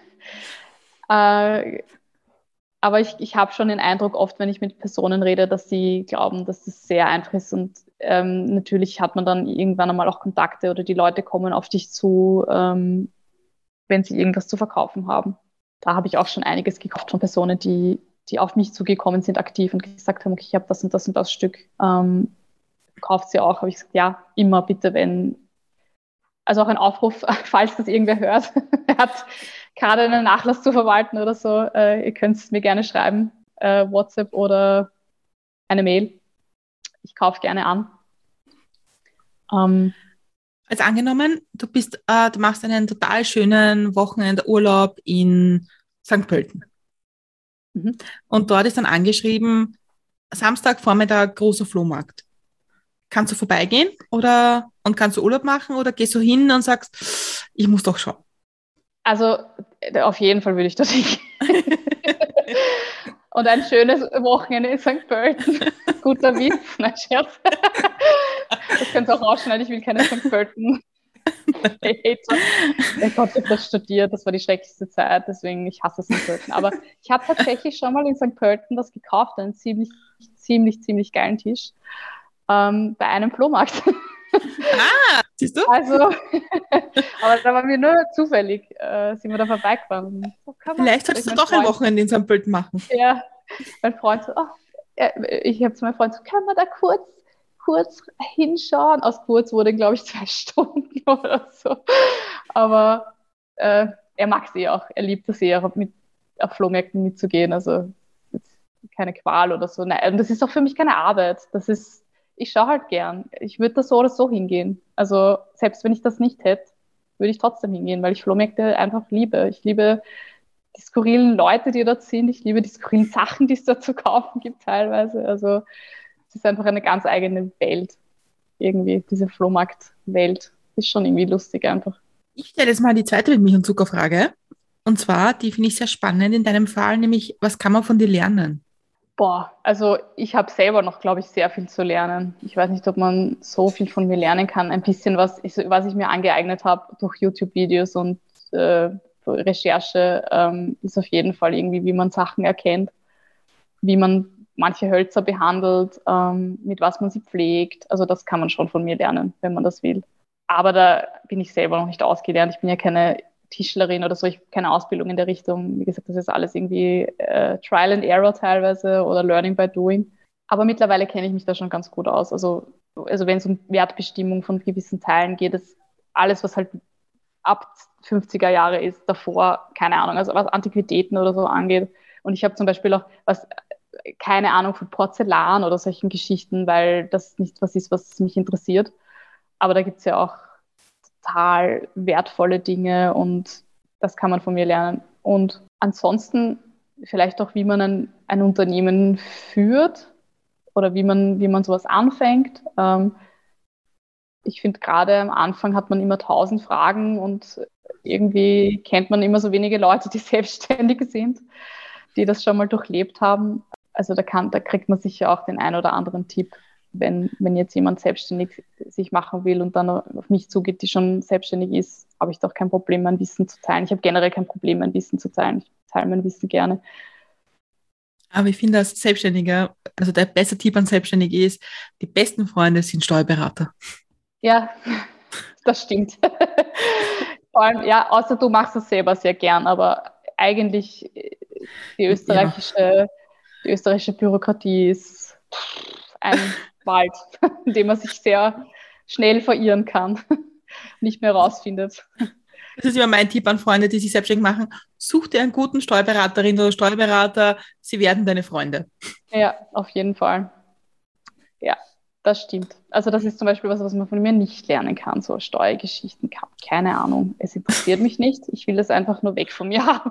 äh, aber ich, ich habe schon den Eindruck, oft, wenn ich mit Personen rede, dass sie glauben, dass das sehr einfach ist. Und ähm, natürlich hat man dann irgendwann einmal auch Kontakte oder die Leute kommen auf dich zu, ähm, wenn sie irgendwas zu verkaufen haben. Da habe ich auch schon einiges gekauft von Personen, die, die auf mich zugekommen sind, aktiv und gesagt haben, okay, ich habe das und das und das Stück. Ähm, kauft sie auch? Habe ich gesagt, ja, immer bitte, wenn. Also auch ein Aufruf, falls das irgendwer hört, er hat gerade einen Nachlass zu verwalten oder so, äh, ihr könnt es mir gerne schreiben, äh, WhatsApp oder eine Mail. Ich kaufe gerne an. Ähm, Also angenommen, du bist, äh, du machst einen total schönen Wochenendurlaub in Sankt Pölten. Mhm. Und dort ist dann angeschrieben, Samstagvormittag, großer Flohmarkt. Kannst du vorbeigehen oder und kannst du Urlaub machen oder gehst du hin und sagst, ich muss doch schauen? Also äh, auf jeden Fall würde ich das nicht. Und ein schönes Wochenende in Sankt Pölten. Guter Witz, nein, Scherz. Das könnt ihr auch rausschneiden, ich will keine Sankt Pölten. Mein Gott, ich habe das studiert, das war die schrecklichste Zeit, deswegen ich hasse Sankt Pölten. Aber ich habe tatsächlich schon mal in Sankt Pölten was gekauft, einen ziemlich, ziemlich, ziemlich geilen Tisch ähm, bei einem Flohmarkt. Ah, siehst du? Also, aber da waren wir nur zufällig, äh, sind wir da vorbeigefahren. So, kann man- Vielleicht soll solltest ich du meinen doch ein Freund- Wochenende in Sankt Pölten machen. Ja, mein Freund so, oh, äh, ich habe zu meinem Freund so, kann man da kurz, kurz hinschauen? Aus kurz wurde, glaube ich, zwei Stunden oder so. Aber äh, er mag sie auch. Er liebt es eher, mit auf Flohmärkten mitzugehen. Also jetzt keine Qual oder so. Nein, und das ist auch für mich keine Arbeit. Das ist, ich schaue halt gern. Ich würde da so oder so hingehen. Also selbst wenn ich das nicht hätte, würde ich trotzdem hingehen, weil ich Flohmärkte einfach liebe. Ich liebe die skurrilen Leute, die dort sind. Ich liebe die skurrilen Sachen, die es dort zu kaufen gibt teilweise. Also es ist einfach eine ganz eigene Welt. Irgendwie, diese Flohmarktwelt. Ist schon irgendwie lustig einfach. Ich stelle jetzt mal die zweite mit Milch und Zuckerfrage. Und zwar, die finde ich sehr spannend in deinem Fall, nämlich, was kann man von dir lernen? Boah, also ich habe selber noch, glaube ich, sehr viel zu lernen. Ich weiß nicht, ob man so viel von mir lernen kann. Ein bisschen, was ich, was ich mir angeeignet habe durch YouTube-Videos und äh, Recherche, ähm, ist auf jeden Fall irgendwie, wie man Sachen erkennt, wie man manche Hölzer behandelt, ähm, mit was man sie pflegt. Also das kann man schon von mir lernen, wenn man das will. Aber da bin ich selber noch nicht ausgelernt. Ich bin ja keine Tischlerin oder so, ich habe keine Ausbildung in der Richtung. Wie gesagt, das ist alles irgendwie äh, Trial and Error teilweise oder Learning by Doing. Aber mittlerweile kenne ich mich da schon ganz gut aus. Also, also wenn es um Wertbestimmung von gewissen Teilen geht, ist alles, was halt ab fünfziger Jahre ist, davor, keine Ahnung, also was Antiquitäten oder so angeht. Und ich habe zum Beispiel auch was, keine Ahnung von Porzellan oder solchen Geschichten, weil das nicht was ist, was mich interessiert. Aber da gibt es ja auch total wertvolle Dinge und das kann man von mir lernen. Und ansonsten vielleicht auch, wie man ein, ein Unternehmen führt oder wie man, wie man sowas anfängt. Ähm, ich finde, gerade am Anfang hat man immer tausend Fragen und irgendwie kennt man immer so wenige Leute, die selbstständig sind, die das schon mal durchlebt haben. Also da, kann, da kriegt man sicher auch den einen oder anderen Tipp, wenn, wenn jetzt jemand selbstständig sich machen will und dann auf mich zugeht, die schon selbstständig ist, habe ich doch kein Problem, mein Wissen zu teilen. Ich habe generell kein Problem, mein Wissen zu teilen. Ich teile mein Wissen gerne. Aber ich finde, als Selbstständiger, also der beste Tipp an Selbstständige ist, die besten Freunde sind Steuerberater. Ja, das stimmt. Vor allem, ja, außer du machst es selber sehr gern, aber eigentlich die österreichische, die österreichische Bürokratie ist ein Wald, in dem man sich sehr schnell verirren kann, nicht mehr rausfindet. Das ist immer mein Tipp an Freunde, die sich selbstständig machen. Such dir einen guten Steuerberaterin oder Steuerberater, sie werden deine Freunde. Ja, auf jeden Fall. Ja, das stimmt. Also das ist zum Beispiel was, was man von mir nicht lernen kann, so Steuergeschichten, keine Ahnung. Es interessiert mich nicht. Ich will das einfach nur weg von mir haben.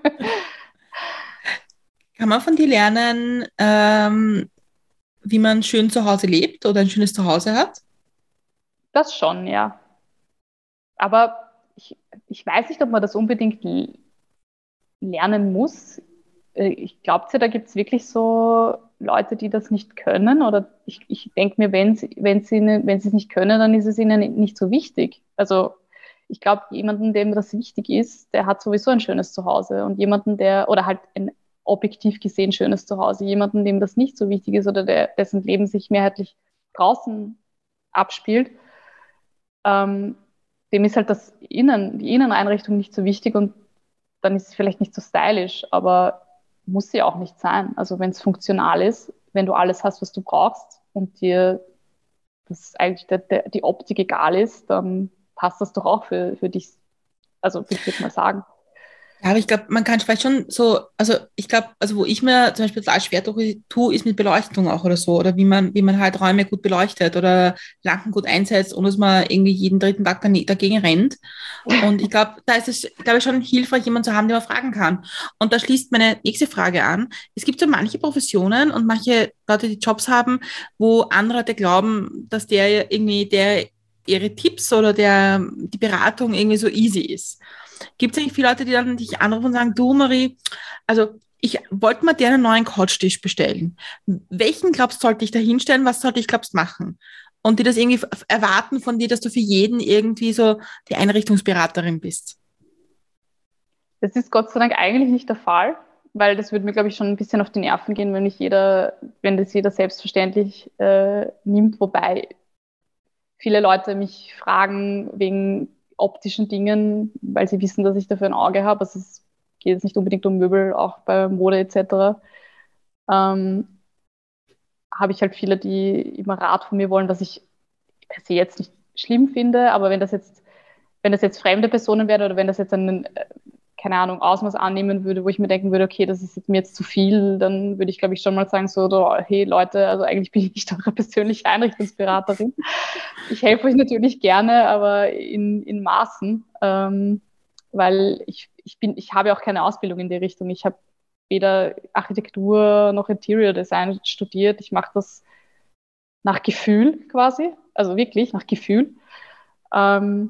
Kann man von dir lernen, ähm, wie man schön zu Hause lebt oder ein schönes Zuhause hat? Das schon, ja. Aber ich, ich weiß nicht, ob man das unbedingt l- lernen muss. Äh, Ich glaube, da gibt es wirklich so Leute, die das nicht können. Oder ich, ich denke mir, wenn sie, wenn sie, ne- wenn sie es nicht können, dann ist es ihnen nicht so wichtig. Also ich glaube, jemanden, dem das wichtig ist, der hat sowieso ein schönes Zuhause. Und jemanden, der, oder halt ein objektiv gesehen schönes Zuhause, jemanden, dem das nicht so wichtig ist oder der, dessen Leben sich mehrheitlich draußen abspielt, ähm, dem ist halt das Innen, die Inneneinrichtung nicht so wichtig und dann ist es vielleicht nicht so stylisch, aber muss sie auch nicht sein. Also wenn es funktional ist, wenn du alles hast, was du brauchst und dir das eigentlich der, der, die Optik egal ist, dann passt das doch auch für, für dich. Also würde ich jetzt mal sagen. Ja, aber ich glaube, man kann vielleicht schon so, also ich glaube, also wo ich mir zum Beispiel total schwer tue, tue, ist mit Beleuchtung auch oder so, oder wie man, wie man halt Räume gut beleuchtet oder Lampen gut einsetzt, ohne dass man irgendwie jeden dritten Tag dane- dagegen rennt. Und ich glaube, da ist es, glaube ich, schon hilfreich, jemanden zu haben, den man fragen kann. Und da schließt meine nächste Frage an. Es gibt so manche Professionen und manche Leute, die Jobs haben, wo andere Leute glauben, dass der irgendwie, der ihre Tipps oder der, die Beratung irgendwie so easy ist. Gibt es eigentlich viele Leute, die dann dich anrufen und sagen, du Marie, also ich wollte mal dir einen neuen Couchtisch bestellen. Welchen glaubst du, sollte ich da hinstellen? Was sollte ich glaubst machen? Und die das irgendwie f- erwarten von dir, dass du für jeden irgendwie so die Einrichtungsberaterin bist. Das ist Gott sei Dank eigentlich nicht der Fall, weil das würde mir, glaube ich, schon ein bisschen auf die Nerven gehen, wenn nicht jeder, wenn das jeder selbstverständlich äh, nimmt, wobei viele Leute mich fragen wegen optischen Dingen, weil sie wissen, dass ich dafür ein Auge habe. Also es geht jetzt nicht unbedingt um Möbel, auch bei Mode et cetera. Ähm, habe ich halt viele, die immer Rat von mir wollen, was ich per se jetzt nicht schlimm finde, aber wenn das jetzt, wenn das jetzt fremde Personen wären oder wenn das jetzt einen, äh, keine Ahnung, Ausmaß annehmen würde, wo ich mir denken würde, okay, das ist jetzt mir jetzt zu viel, dann würde ich, glaube ich, schon mal sagen, so, so, hey Leute, also eigentlich bin ich nicht eure persönliche Einrichtungsberaterin. Ich helfe euch natürlich gerne, aber in, in Maßen, ähm, weil ich, ich bin, ich habe auch keine Ausbildung in die Richtung. Ich habe weder Architektur noch Interior Design studiert. Ich mache das nach Gefühl quasi, also wirklich nach Gefühl. Ähm,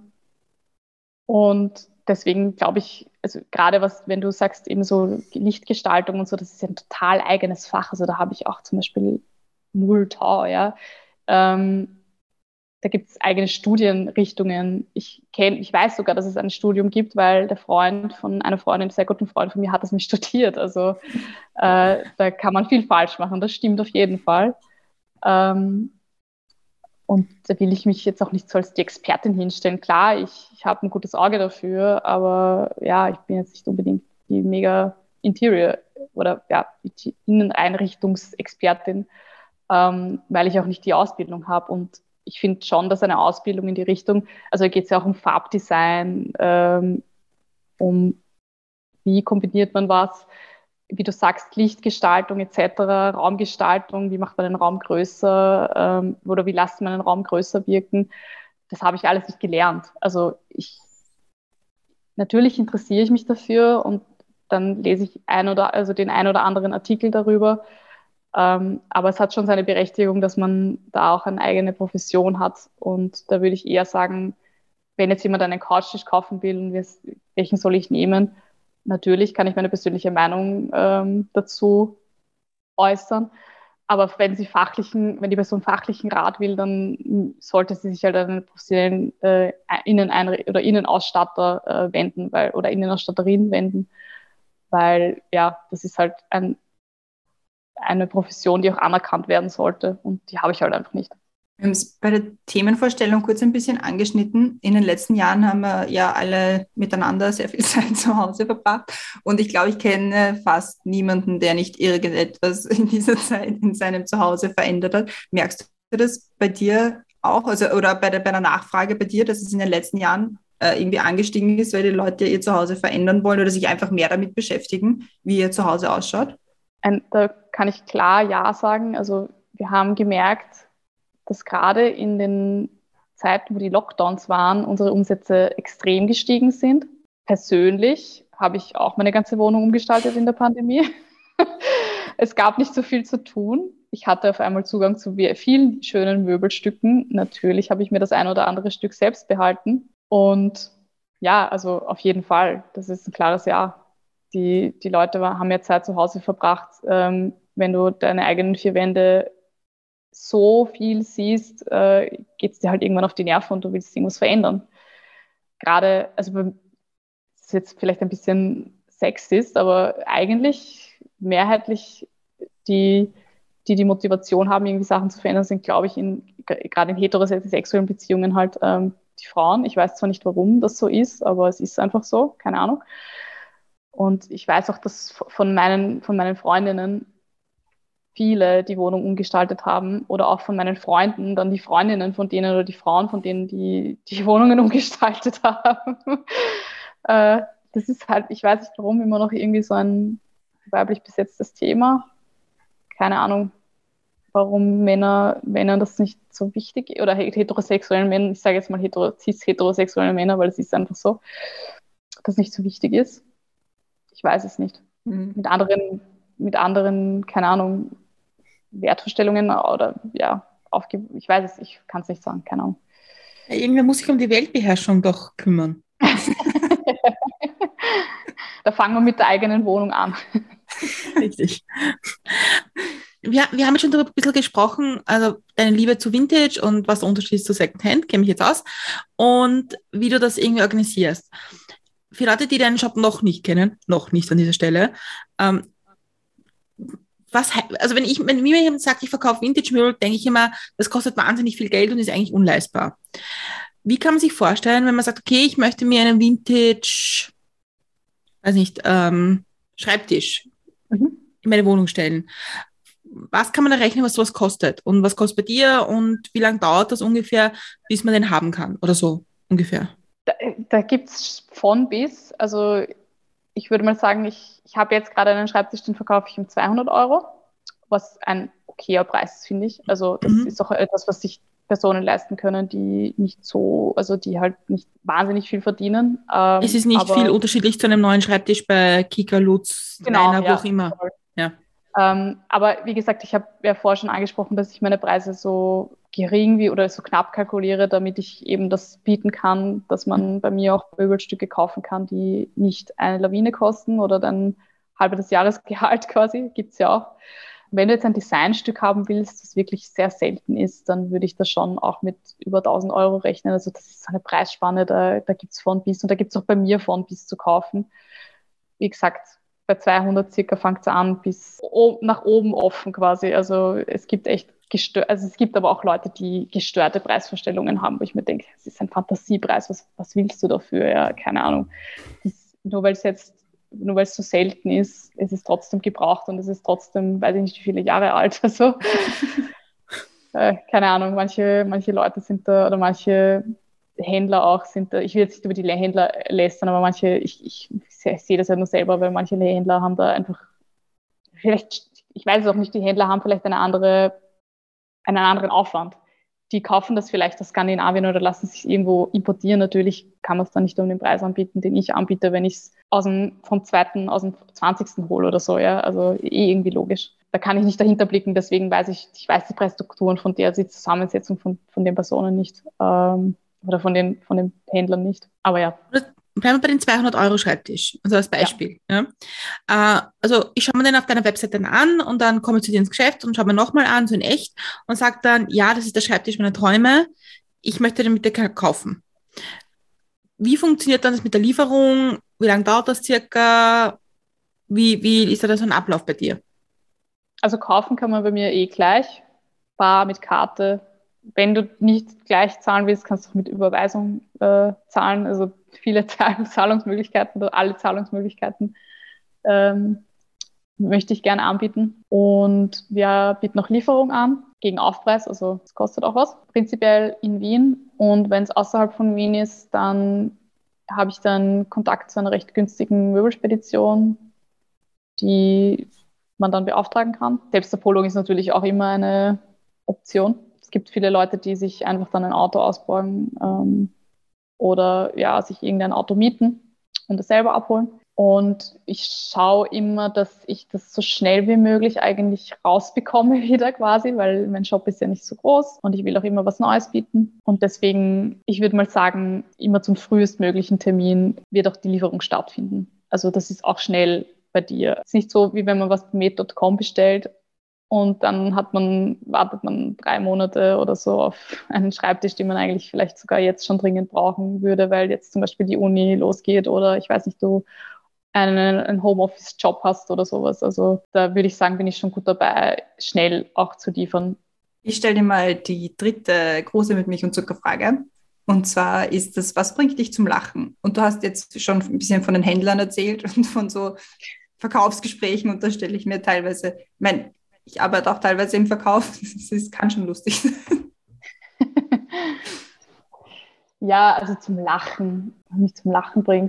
und deswegen glaube ich, also gerade was, wenn du sagst, eben so Lichtgestaltung und so, das ist ja ein total eigenes Fach. Also da habe ich auch zum Beispiel null Tau, ja. Ähm, Da gibt es eigene Studienrichtungen. Ich kenn, ich weiß sogar, dass es ein Studium gibt, weil der Freund von einer Freundin, sehr guten Freund von mir, hat das nicht studiert. Also äh, da kann man viel falsch machen. Das stimmt auf jeden Fall. Ähm, und da will ich mich jetzt auch nicht so als die Expertin hinstellen. Klar, ich, ich habe ein gutes Auge dafür, aber ja, ich bin jetzt nicht unbedingt die mega Interior oder ja, die Inneneinrichtungsexpertin, ähm, weil ich auch nicht die Ausbildung habe. Und ich finde schon, dass eine Ausbildung in die Richtung, also geht es ja auch um Farbdesign, ähm, um wie kombiniert man was, wie du sagst, Lichtgestaltung et cetera, Raumgestaltung, wie macht man den Raum größer ähm, oder wie lässt man den Raum größer wirken. Das habe ich alles nicht gelernt. Also ich, natürlich interessiere ich mich dafür und dann lese ich ein oder, also den ein oder anderen Artikel darüber. Ähm, aber es hat schon seine Berechtigung, dass man da auch eine eigene Profession hat. Und da würde ich eher sagen, wenn jetzt jemand einen Couchtisch kaufen will, und welchen soll ich nehmen? Natürlich kann ich meine persönliche Meinung ähm, dazu äußern. Aber wenn sie fachlichen, wenn die Person fachlichen Rat will, dann sollte sie sich halt an einen professionellen äh, Inneneinre- oder Innenausstatter äh, wenden, weil, oder Innenausstatterin wenden, weil ja, das ist halt ein, eine Profession, die auch anerkannt werden sollte und die habe ich halt einfach nicht. Wir haben es bei der Themenvorstellung kurz ein bisschen angeschnitten. In den letzten Jahren haben wir ja alle miteinander sehr viel Zeit zu Hause verbracht. Und ich glaube, ich kenne fast niemanden, der nicht irgendetwas in dieser Zeit in seinem Zuhause verändert hat. Merkst du das bei dir auch? Also, oder bei der, bei der Nachfrage bei dir, dass es in den letzten Jahren äh, irgendwie angestiegen ist, weil die Leute ihr Zuhause verändern wollen oder sich einfach mehr damit beschäftigen, wie ihr Zuhause ausschaut? Ein, da kann ich klar Ja sagen. Also wir haben gemerkt, dass gerade in den Zeiten, wo die Lockdowns waren, unsere Umsätze extrem gestiegen sind. Persönlich habe ich auch meine ganze Wohnung umgestaltet in der Pandemie. Es gab nicht so viel zu tun. Ich hatte auf einmal Zugang zu vielen schönen Möbelstücken. Natürlich habe ich mir das ein oder andere Stück selbst behalten. Und ja, also auf jeden Fall, das ist ein klares Ja. Die, die Leute war, haben ja Zeit zu Hause verbracht. Ähm, wenn du deine eigenen vier Wände so viel siehst, äh, geht es dir halt irgendwann auf die Nerven und du willst irgendwas verändern. Gerade, also das ist jetzt vielleicht ein bisschen sexist, aber eigentlich mehrheitlich die, die die Motivation haben, irgendwie Sachen zu verändern, sind, glaube ich, in, gerade in heterosexuellen Beziehungen halt ähm, die Frauen. Ich weiß zwar nicht, warum das so ist, aber es ist einfach so, keine Ahnung. Und ich weiß auch, dass von meinen, von meinen Freundinnen viele die Wohnung umgestaltet haben oder auch von meinen Freunden, dann die Freundinnen von denen oder die Frauen von denen, die die Wohnungen umgestaltet haben. äh, das ist halt, ich weiß nicht warum, immer noch irgendwie so ein weiblich besetztes Thema. Keine Ahnung, warum Männer, Männern das nicht so wichtig ist, oder heterosexuellen Männern, ich sage jetzt mal hetero, cis-heterosexuelle Männer, weil es ist einfach so, dass nicht so wichtig ist. Ich weiß es nicht. Mhm. Mit anderen, mit anderen, keine Ahnung, Wertvorstellungen oder ja, aufge- ich weiß es, ich kann es nicht sagen, keine Ahnung. Ja, irgendwer muss sich um die Weltbeherrschung doch kümmern. Da fangen wir mit der eigenen Wohnung an. Richtig. Wir, wir haben schon darüber ein bisschen gesprochen, also deine Liebe zu Vintage und was der Unterschied ist zu Secondhand, kenne ich jetzt aus, und wie du das irgendwie organisierst. Für Leute, die deinen Shop noch nicht kennen, noch nicht an dieser Stelle, ähm, was, he- also wenn ich, wenn mir jemand sagt, ich verkaufe Vintage-Möbel, denke ich immer, das kostet wahnsinnig viel Geld und ist eigentlich unleistbar. Wie kann man sich vorstellen, wenn man sagt, okay, ich möchte mir einen Vintage, weiß nicht, ähm, Schreibtisch Mhm. in meine Wohnung stellen? Was kann man da rechnen, was sowas kostet? Und was kostet bei dir? Und wie lange dauert das ungefähr, bis man den haben kann? Oder so ungefähr. Da, da gibt es von bis, also ich würde mal sagen, ich, ich habe jetzt gerade einen Schreibtisch, den verkaufe ich um zweihundert Euro, was ein okayer Preis ist, finde ich. Also das Mhm. ist auch etwas, was sich Personen leisten können, die nicht so, also die halt nicht wahnsinnig viel verdienen. Ähm, Es ist nicht aber viel unterschiedlich zu einem neuen Schreibtisch bei Kika, Lutz, genau, Rainer, wo ja, auch immer. voll. Ja. Ähm, aber wie gesagt, ich habe ja vorher schon angesprochen, dass ich meine Preise so gering wie oder so knapp kalkuliere, damit ich eben das bieten kann, dass man bei mir auch Möbelstücke kaufen kann, die nicht eine Lawine kosten oder dann halbe des Jahresgehalt quasi, gibt's ja auch. Wenn du jetzt ein Designstück haben willst, das wirklich sehr selten ist, dann würde ich das schon auch mit über tausend Euro rechnen. Also das ist so eine Preisspanne, da, da gibt's von bis und da gibt's auch bei mir von bis zu kaufen. Wie gesagt, bei zweihundert circa fängt es an, bis o- nach oben offen quasi. Also es gibt echt gestört, also es gibt aber auch Leute, die gestörte Preisvorstellungen haben, wo ich mir denke, es ist ein Fantasiepreis, was, was willst du dafür? Ja, keine Ahnung. Das, nur weil es jetzt, nur weil es so selten ist, es ist trotzdem gebraucht und es ist trotzdem, weiß ich nicht, wie viele Jahre alt. Also äh, keine Ahnung, manche, manche Leute sind da oder manche Händler auch sind da, ich will jetzt nicht über die Händler lästern, aber manche, ich, ich, ich sehe das ja nur selber, weil manche Händler haben da einfach, vielleicht, ich weiß es auch nicht, die Händler haben vielleicht eine andere, einen anderen Aufwand. Die kaufen das vielleicht aus Skandinavien oder lassen sich irgendwo importieren. Natürlich kann man es dann nicht um den Preis anbieten, den ich anbiete, wenn ich es aus dem, vom zweiten, aus dem zwanzigsten hole oder so, ja. Also eh irgendwie logisch. Da kann ich nicht dahinter blicken, deswegen weiß ich, ich weiß die Preisstrukturen von der, die Zusammensetzung von, von den Personen nicht. Ähm, oder von den, von den Händlern nicht. Aber ja. Bleiben wir bei den zweihundert Euro Schreibtisch, also als Beispiel. Ja. Ja. Äh, also ich schaue mir den auf deiner Webseite dann an und dann komme ich zu dir ins Geschäft und schaue mir nochmal an, so in echt, und sage dann, ja, das ist der Schreibtisch meiner Träume, ich möchte den bitte kaufen. Wie funktioniert dann das mit der Lieferung? Wie lange dauert das circa? Wie, wie ist da so ein Ablauf bei dir? Also kaufen kann man bei mir eh gleich, bar mit Karte. Wenn du nicht gleich zahlen willst, kannst du auch mit Überweisung äh, zahlen. Also viele Zahlungsmöglichkeiten oder alle Zahlungsmöglichkeiten ähm, möchte ich gerne anbieten. Und wir bieten auch Lieferung an gegen Aufpreis, also es kostet auch was. Prinzipiell in Wien. Und wenn es außerhalb von Wien ist, dann habe ich dann Kontakt zu einer recht günstigen Möbelspedition, die man dann beauftragen kann. Selbstabholung ist natürlich auch immer eine Option. Es gibt viele Leute, die sich einfach dann ein Auto ausborgen ähm, oder ja, sich irgendein Auto mieten und das selber abholen. Und ich schaue immer, dass ich das so schnell wie möglich eigentlich rausbekomme wieder quasi, weil mein Shop ist ja nicht so groß und ich will auch immer was Neues bieten. Und deswegen, ich würde mal sagen, immer zum frühestmöglichen Termin wird auch die Lieferung stattfinden. Also das ist auch schnell bei dir. Es ist nicht so, wie wenn man was bei made Punkt com bestellt und dann hat man, wartet man drei Monate oder so auf einen Schreibtisch, den man eigentlich vielleicht sogar jetzt schon dringend brauchen würde, weil jetzt zum Beispiel die Uni losgeht oder ich weiß nicht, du einen, einen Homeoffice-Job hast oder sowas. Also da würde ich sagen, bin ich schon gut dabei, schnell auch zu liefern. Ich stelle dir mal die dritte große mit Milch und Zuckerfrage. Und zwar ist das, was bringt dich zum Lachen? Und du hast jetzt schon ein bisschen von den Händlern erzählt und von so Verkaufsgesprächen, und da stelle ich mir teilweise, ich meine, ich arbeite auch teilweise im Verkauf, das ist, kann schon lustig sein. Ja, also zum Lachen, was mich zum Lachen bringt.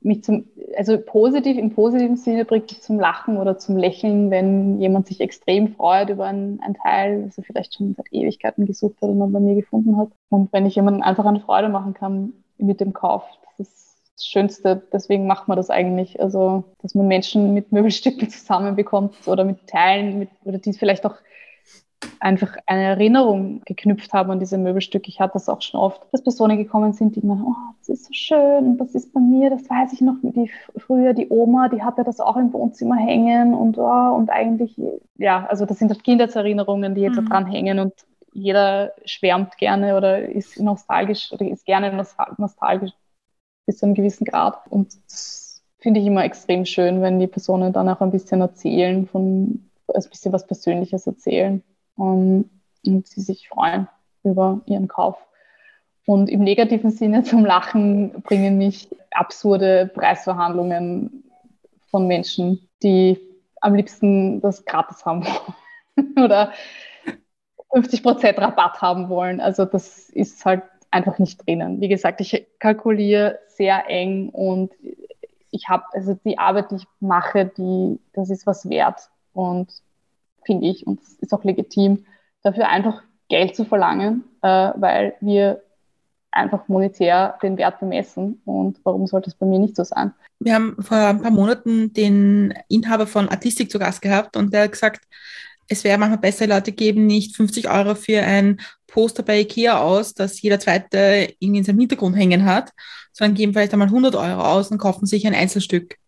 mich zum, also positiv, im positiven Sinne bringt mich zum Lachen oder zum Lächeln, wenn jemand sich extrem freut über ein, ein Teil, das er vielleicht schon seit Ewigkeiten gesucht hat und dann bei mir gefunden hat. Und wenn ich jemandem einfach eine Freude machen kann mit dem Kauf, das ist das Schönste. Deswegen macht man das eigentlich. Also, dass man Menschen mit Möbelstücken zusammenbekommt oder mit Teilen, mit, oder die vielleicht auch einfach eine Erinnerung geknüpft haben an diese Möbelstücke. Ich hatte das auch schon oft, dass Personen gekommen sind, die meinen, oh, das ist so schön und das ist bei mir, das weiß ich noch, die früher die Oma, die hatte das auch im Wohnzimmer hängen und oh, und eigentlich, ja, also das sind halt Kindheitserinnerungen, die jetzt mhm. da dran hängen und jeder schwärmt gerne oder ist nostalgisch oder ist gerne nostalgisch bis zu einem gewissen Grad. Und das finde ich immer extrem schön, wenn die Personen dann auch ein bisschen erzählen, von ein bisschen was Persönliches erzählen. Und, und sie sich freuen über ihren Kauf. Und im negativen Sinne zum Lachen bringen mich absurde Preisverhandlungen von Menschen, die am liebsten das gratis haben oder fünfzig Prozent Rabatt haben wollen. Also das ist halt einfach nicht drinnen. Wie gesagt, ich kalkuliere sehr eng und ich habe, also die Arbeit, die ich mache, die, das ist was wert. Und finde ich, und es ist auch legitim, dafür einfach Geld zu verlangen, äh, weil wir einfach monetär den Wert bemessen. Und warum sollte es bei mir nicht so sein? Wir haben vor ein paar Monaten den Inhaber von Artistik zu Gast gehabt und der hat gesagt, es wäre manchmal besser, Leute geben nicht fünfzig Euro für ein Poster bei Ikea aus, das jeder Zweite irgendwie in seinem Hintergrund hängen hat, sondern geben vielleicht einmal hundert Euro aus und kaufen sich ein Einzelstück.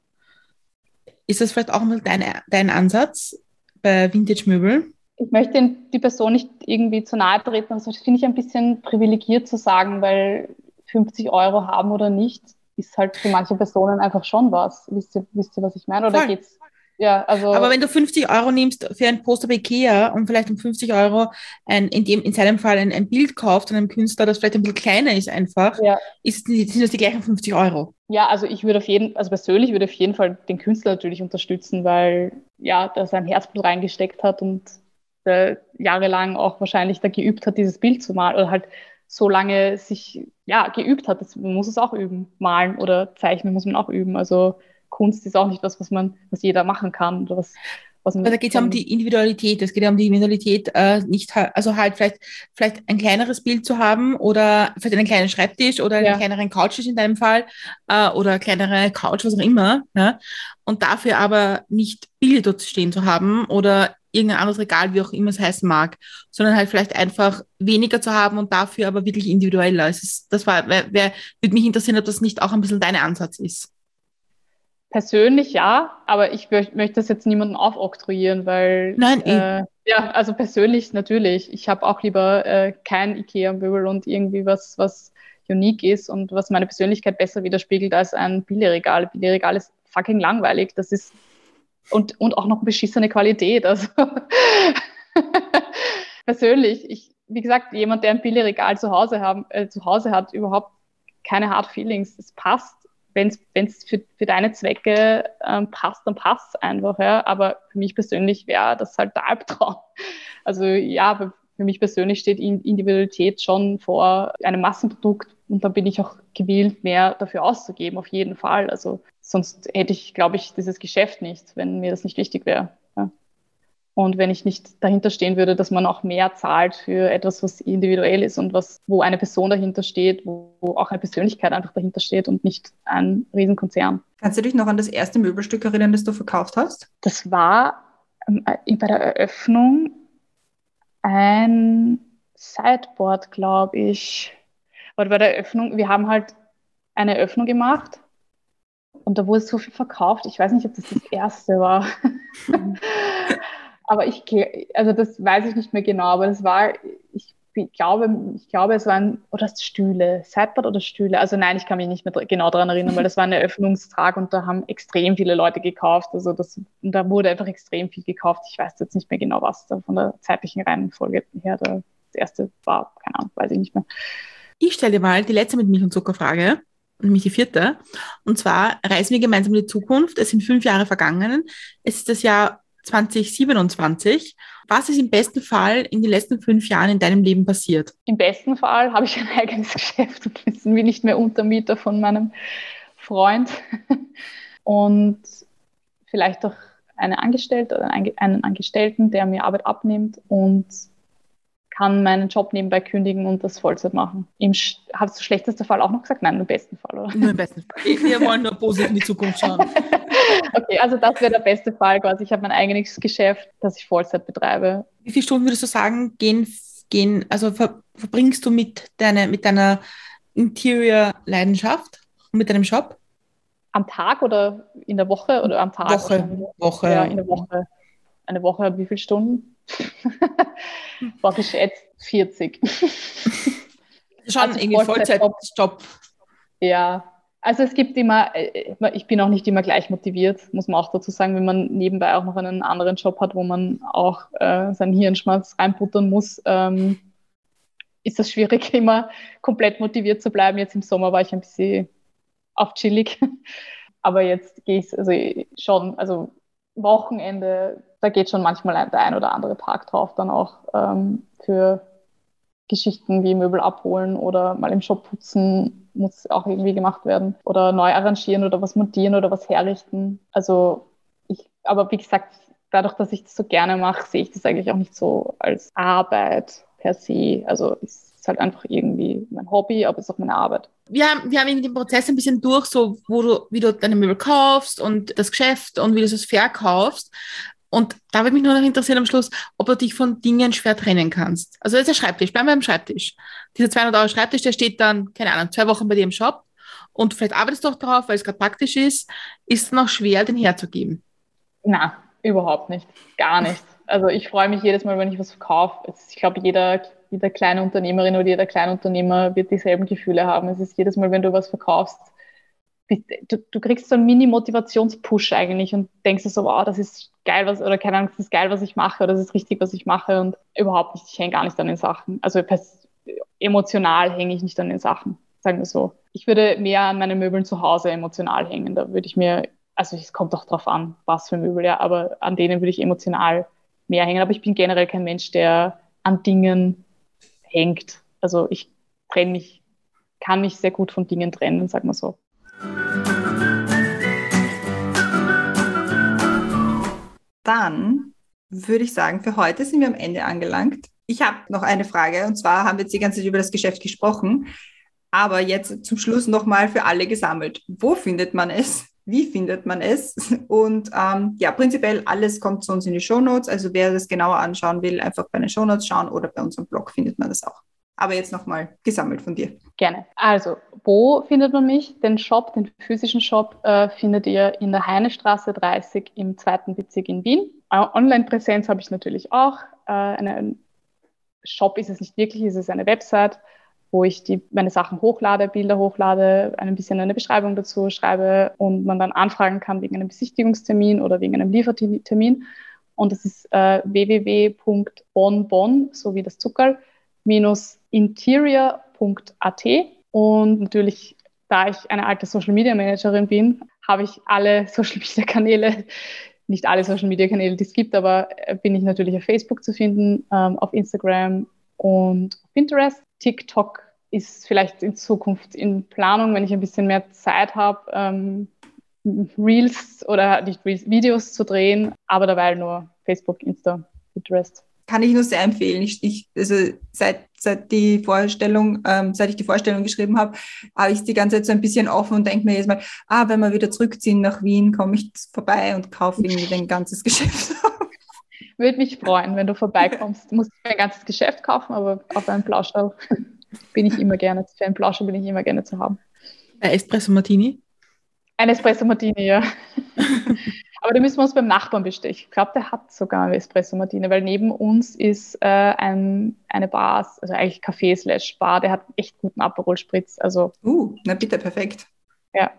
Ist das vielleicht auch mal dein, dein Ansatz bei Vintage-Möbeln? Ich möchte die Person nicht irgendwie zu nahe treten, aber das finde ich ein bisschen privilegiert zu sagen, weil fünfzig Euro haben oder nicht, ist halt für manche Personen einfach schon was. Wisst ihr, wisst ihr was ich meine? Oder Voll. geht's? Ja, also. Aber wenn du fünfzig Euro nimmst für ein Poster bei Ikea und vielleicht um fünfzig Euro ein, in, dem, in seinem Fall ein, ein Bild kauft von einem Künstler, das vielleicht ein bisschen kleiner ist einfach, ja. ist, sind das die gleichen fünfzig Euro. Ja, also ich würde auf jeden, also persönlich würde auf jeden Fall den Künstler natürlich unterstützen, weil ja, der sein Herzblut reingesteckt hat und der jahrelang auch wahrscheinlich da geübt hat, dieses Bild zu malen oder halt so lange sich ja geübt hat. Das, man muss es auch üben. Malen oder zeichnen muss man auch üben. Also Kunst ist auch nicht was, was man, was jeder machen kann oder was. was man also da geht es ja um die Individualität. Es geht ja um die Individualität, äh, nicht also halt vielleicht vielleicht ein kleineres Bild zu haben oder vielleicht einen kleinen Schreibtisch oder einen Ja. kleineren Couchtisch in deinem Fall äh, oder kleinere Couch, was auch immer. Ja? Und dafür aber nicht Bilder dort stehen zu haben oder irgendein anderes Regal, wie auch immer es heißen mag, sondern halt vielleicht einfach weniger zu haben und dafür aber wirklich individueller. Es ist, das war, wer, wer würde mich interessieren, ob das nicht auch ein bisschen dein Ansatz ist. Persönlich ja, aber ich möcht, möchte das jetzt niemandem aufoktroyieren, weil Nein, eh. äh, ja, also persönlich natürlich. Ich habe auch lieber äh, kein Ikea-Möbel und irgendwie was, was unique ist und was meine Persönlichkeit besser widerspiegelt als ein Billigregal. Billigregal ist fucking langweilig. Das ist und, und auch noch beschissene Qualität. Also persönlich, ich, wie gesagt, jemand, der ein Billigregal zu Hause haben, äh, zu Hause hat, überhaupt keine Hard Feelings. Es passt. Wenn es für, für deine Zwecke ähm, passt, dann passt es einfach. Ja? Aber für mich persönlich wäre das halt der Albtraum. Also ja, für mich persönlich steht Individualität schon vor einem Massenprodukt und dann bin ich auch gewillt, mehr dafür auszugeben, auf jeden Fall. Also sonst hätte ich, glaube ich, dieses Geschäft nicht, wenn mir das nicht wichtig wäre. Ja? Und wenn ich nicht dahinter stehen würde, dass man auch mehr zahlt für etwas, was individuell ist und was, wo eine Person dahinter steht, wo, wo auch eine Persönlichkeit einfach dahinter steht und nicht ein Riesenkonzern. Kannst du dich noch an das erste Möbelstück erinnern, das du verkauft hast? Das war ähm, bei der Eröffnung ein Sideboard, glaube ich. Oder bei der Eröffnung, wir haben halt eine Eröffnung gemacht und da wurde so viel verkauft. Ich weiß nicht, ob das das erste war. Aber ich, also das weiß ich nicht mehr genau, aber das war, ich glaube, ich glaube, es waren, oder Stühle, Sideboard oder Stühle, also nein, ich kann mich nicht mehr genau daran erinnern, weil das war ein Eröffnungstag und da haben extrem viele Leute gekauft, also das, und da wurde einfach extrem viel gekauft, ich weiß jetzt nicht mehr genau, was da von der zeitlichen Reihenfolge her das erste war, keine Ahnung, weiß ich nicht mehr. Ich stelle dir mal die letzte mit Milch und Zucker Frage, nämlich die vierte, und zwar reisen wir gemeinsam in die Zukunft, es sind fünf Jahre vergangen, es ist das Jahr zwanzig siebenundzwanzig. Was ist im besten Fall in den letzten fünf Jahren in deinem Leben passiert? Im besten Fall habe ich ein eigenes Geschäft und bin nicht mehr Untermieter von meinem Freund und vielleicht auch eine Angestellte oder einen Angestellten, der mir Arbeit abnimmt und kann meinen Job nebenbei kündigen und das Vollzeit machen. Im Sch- Hast du schlechtester Fall auch noch gesagt? Nein, im besten Fall, oder? Nur im besten Fall. Wir, wir wollen nur positiv in die Zukunft schauen. Okay, also das wäre der beste Fall quasi. Ich habe mein eigenes Geschäft, das ich Vollzeit betreibe. Wie viele Stunden würdest du sagen, gehen, gehen also ver, verbringst du mit, deine, mit deiner Interior-Leidenschaft und mit deinem Shop? Am Tag oder in der Woche oder am Tag? Woche. Woche. Ja, in der Woche. Eine Woche hat wie viele Stunden? War geschätzt vierzig. Schon Also irgendwie Vollzeitjob. Ja, also es gibt immer, ich bin auch nicht immer gleich motiviert, muss man auch dazu sagen, wenn man nebenbei auch noch einen anderen Job hat, wo man auch äh, seinen Hirnschmalz reinbuttern muss, ähm, ist das schwierig, immer komplett motiviert zu bleiben. Jetzt im Sommer war ich ein bisschen auf chillig, aber jetzt gehe ich also schon, also Wochenende, da geht schon manchmal der ein oder andere Tag drauf, dann auch ähm, für Geschichten wie Möbel abholen oder mal im Shop putzen, muss auch irgendwie gemacht werden. Oder neu arrangieren oder was montieren oder was herrichten. Also ich, aber wie gesagt, dadurch, dass ich das so gerne mache, sehe ich das eigentlich auch nicht so als Arbeit per se. Also es ist halt einfach irgendwie mein Hobby, aber es ist auch meine Arbeit. Wir haben, wir haben in dem Prozess ein bisschen durch, so wo du, wie du deine Möbel kaufst und das Geschäft und wie du es verkaufst. Und da würde mich nur noch interessieren am Schluss, ob du dich von Dingen schwer trennen kannst. Also das ist der Schreibtisch, bleiben wir beim Schreibtisch. Dieser zweihundert Euro Schreibtisch, der steht dann, keine Ahnung, zwei Wochen bei dir im Shop und vielleicht arbeitest du auch drauf, weil es gerade praktisch ist. Ist es noch schwer, den herzugeben? Na, überhaupt nicht. Gar nicht. Also ich freue mich jedes Mal, wenn ich was verkaufe. Ich glaube, jeder, jeder kleine Unternehmerin oder jeder kleine Unternehmer wird dieselben Gefühle haben. Es ist jedes Mal, wenn du was verkaufst, Du, du kriegst so einen Mini-Motivationspush eigentlich und denkst dir so, wow, das ist geil, was, oder keine Ahnung, das ist geil, was ich mache, oder das ist richtig, was ich mache und überhaupt nicht, ich hänge gar nicht an den Sachen. Also emotional hänge ich nicht an den Sachen, sagen wir so. Ich würde mehr an meinen Möbeln zu Hause emotional hängen, da würde ich mir, also es kommt auch drauf an, was für Möbel, ja, aber an denen würde ich emotional mehr hängen, aber ich bin generell kein Mensch, der an Dingen hängt. Also ich trenne mich, kann mich sehr gut von Dingen trennen, sagen wir so. Dann würde ich sagen, für heute sind wir am Ende angelangt. Ich habe noch eine Frage, und zwar haben wir jetzt die ganze Zeit über das Geschäft gesprochen, aber jetzt zum Schluss nochmal für alle gesammelt. Wo findet man es? Wie findet man es? Und ähm, ja, prinzipiell alles kommt zu uns in die Shownotes, also wer das genauer anschauen will, einfach bei den Shownotes schauen oder bei unserem Blog findet man das auch. Aber jetzt nochmal gesammelt von dir. Gerne. Also, wo findet man mich? Den Shop, den physischen Shop, äh, findet ihr in der Heinestraße dreißig im zweiten Bezirk in Wien. Äh, Online-Präsenz habe ich natürlich auch. Äh, eine, ein Shop ist es nicht wirklich, es ist eine Website, wo ich die, meine Sachen hochlade, Bilder hochlade, ein bisschen eine Beschreibung dazu schreibe und man dann anfragen kann wegen einem Besichtigungstermin oder wegen einem Liefertermin. Und das ist äh, w w w punkt bonbon, so wie das Zuckerl, minus interior punkt a t. Und natürlich, da ich eine alte Social Media Managerin bin, habe ich alle Social Media Kanäle, nicht alle Social Media Kanäle, die es gibt, aber bin ich natürlich auf Facebook zu finden, ähm, auf Instagram und auf Pinterest. TikTok ist vielleicht in Zukunft in Planung, wenn ich ein bisschen mehr Zeit habe, ähm, Reels oder nicht Reels, Videos zu drehen, aber dabei nur Facebook, Insta, Pinterest. Kann ich nur sehr empfehlen. Ich, ich, also seit, seit, die Vorstellung, ähm, seit ich die Vorstellung geschrieben habe, habe ich es die ganze Zeit so ein bisschen offen und denke mir jedes Mal, ah, wenn wir wieder zurückziehen nach Wien, komme ich vorbei und kaufe irgendwie ein ganzes Geschäft. Würde mich freuen, wenn du vorbeikommst. Du musst ein ganzes Geschäft kaufen, aber auf einen Plauscherl bin ich immer gerne, für einen Plauscher bin ich immer gerne zu haben. Ein Espresso Martini? Ein Espresso Martini, ja. Aber da müssen wir uns beim Nachbarn bestellen. Ich glaube, der hat sogar eine Espresso Martini, weil neben uns ist äh, ein, eine Bar, also eigentlich Café slash Bar, der hat echt guten Aperol Spritz. Also, uh, na bitte, perfekt. Ja.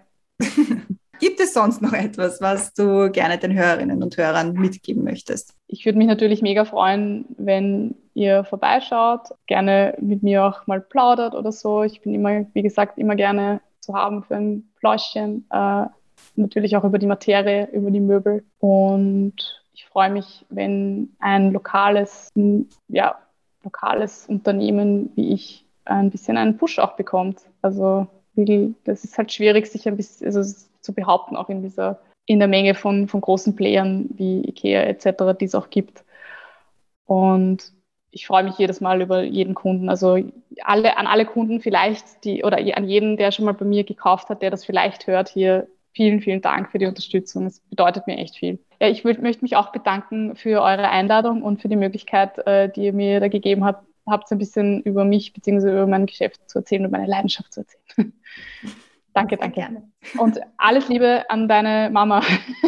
Gibt es sonst noch etwas, was du gerne den Hörerinnen und Hörern mitgeben möchtest? Ich würde mich natürlich mega freuen, wenn ihr vorbeischaut, gerne mit mir auch mal plaudert oder so. Ich bin immer, wie gesagt, immer gerne zu haben für ein Pläuschchen. Äh, natürlich auch über die Materie, über die Möbel. Und ich freue mich, wenn ein lokales, ja, lokales Unternehmen wie ich ein bisschen einen Push auch bekommt. Also will, das ist halt schwierig, sich ein bisschen also zu behaupten, auch in dieser, in der Menge von, von großen Playern wie IKEA et cetera, die es auch gibt. Und ich freue mich jedes Mal über jeden Kunden. Also alle, an alle Kunden vielleicht, die, oder an jeden, der schon mal bei mir gekauft hat, der das vielleicht hört, hier vielen, vielen Dank für die Unterstützung. Es bedeutet mir echt viel. Ja, ich würd, möchte mich auch bedanken für eure Einladung und für die Möglichkeit, äh, die ihr mir da gegeben habt, habt ein bisschen über mich bzw. über mein Geschäft zu erzählen und meine Leidenschaft zu erzählen. Danke, danke. Gerne. Und alles Liebe an deine Mama.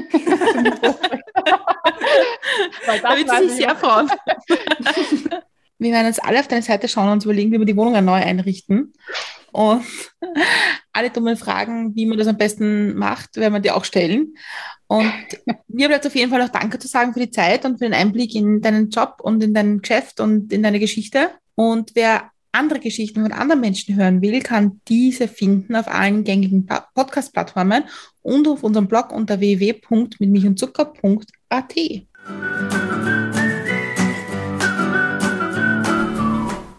Da wird sie sich sehr freuen. Wir werden jetzt alle auf deine Seite schauen und uns überlegen, wie wir die Wohnungen neu einrichten. Und alle dummen Fragen, wie man das am besten macht, werden wir dir auch stellen. Und mir bleibt auf jeden Fall auch Danke zu sagen für die Zeit und für den Einblick in deinen Job und in dein Geschäft und in deine Geschichte. Und wer andere Geschichten von anderen Menschen hören will, kann diese finden auf allen gängigen Podcast-Plattformen und auf unserem Blog unter w w w punkt mit milch und zucker punkt a t.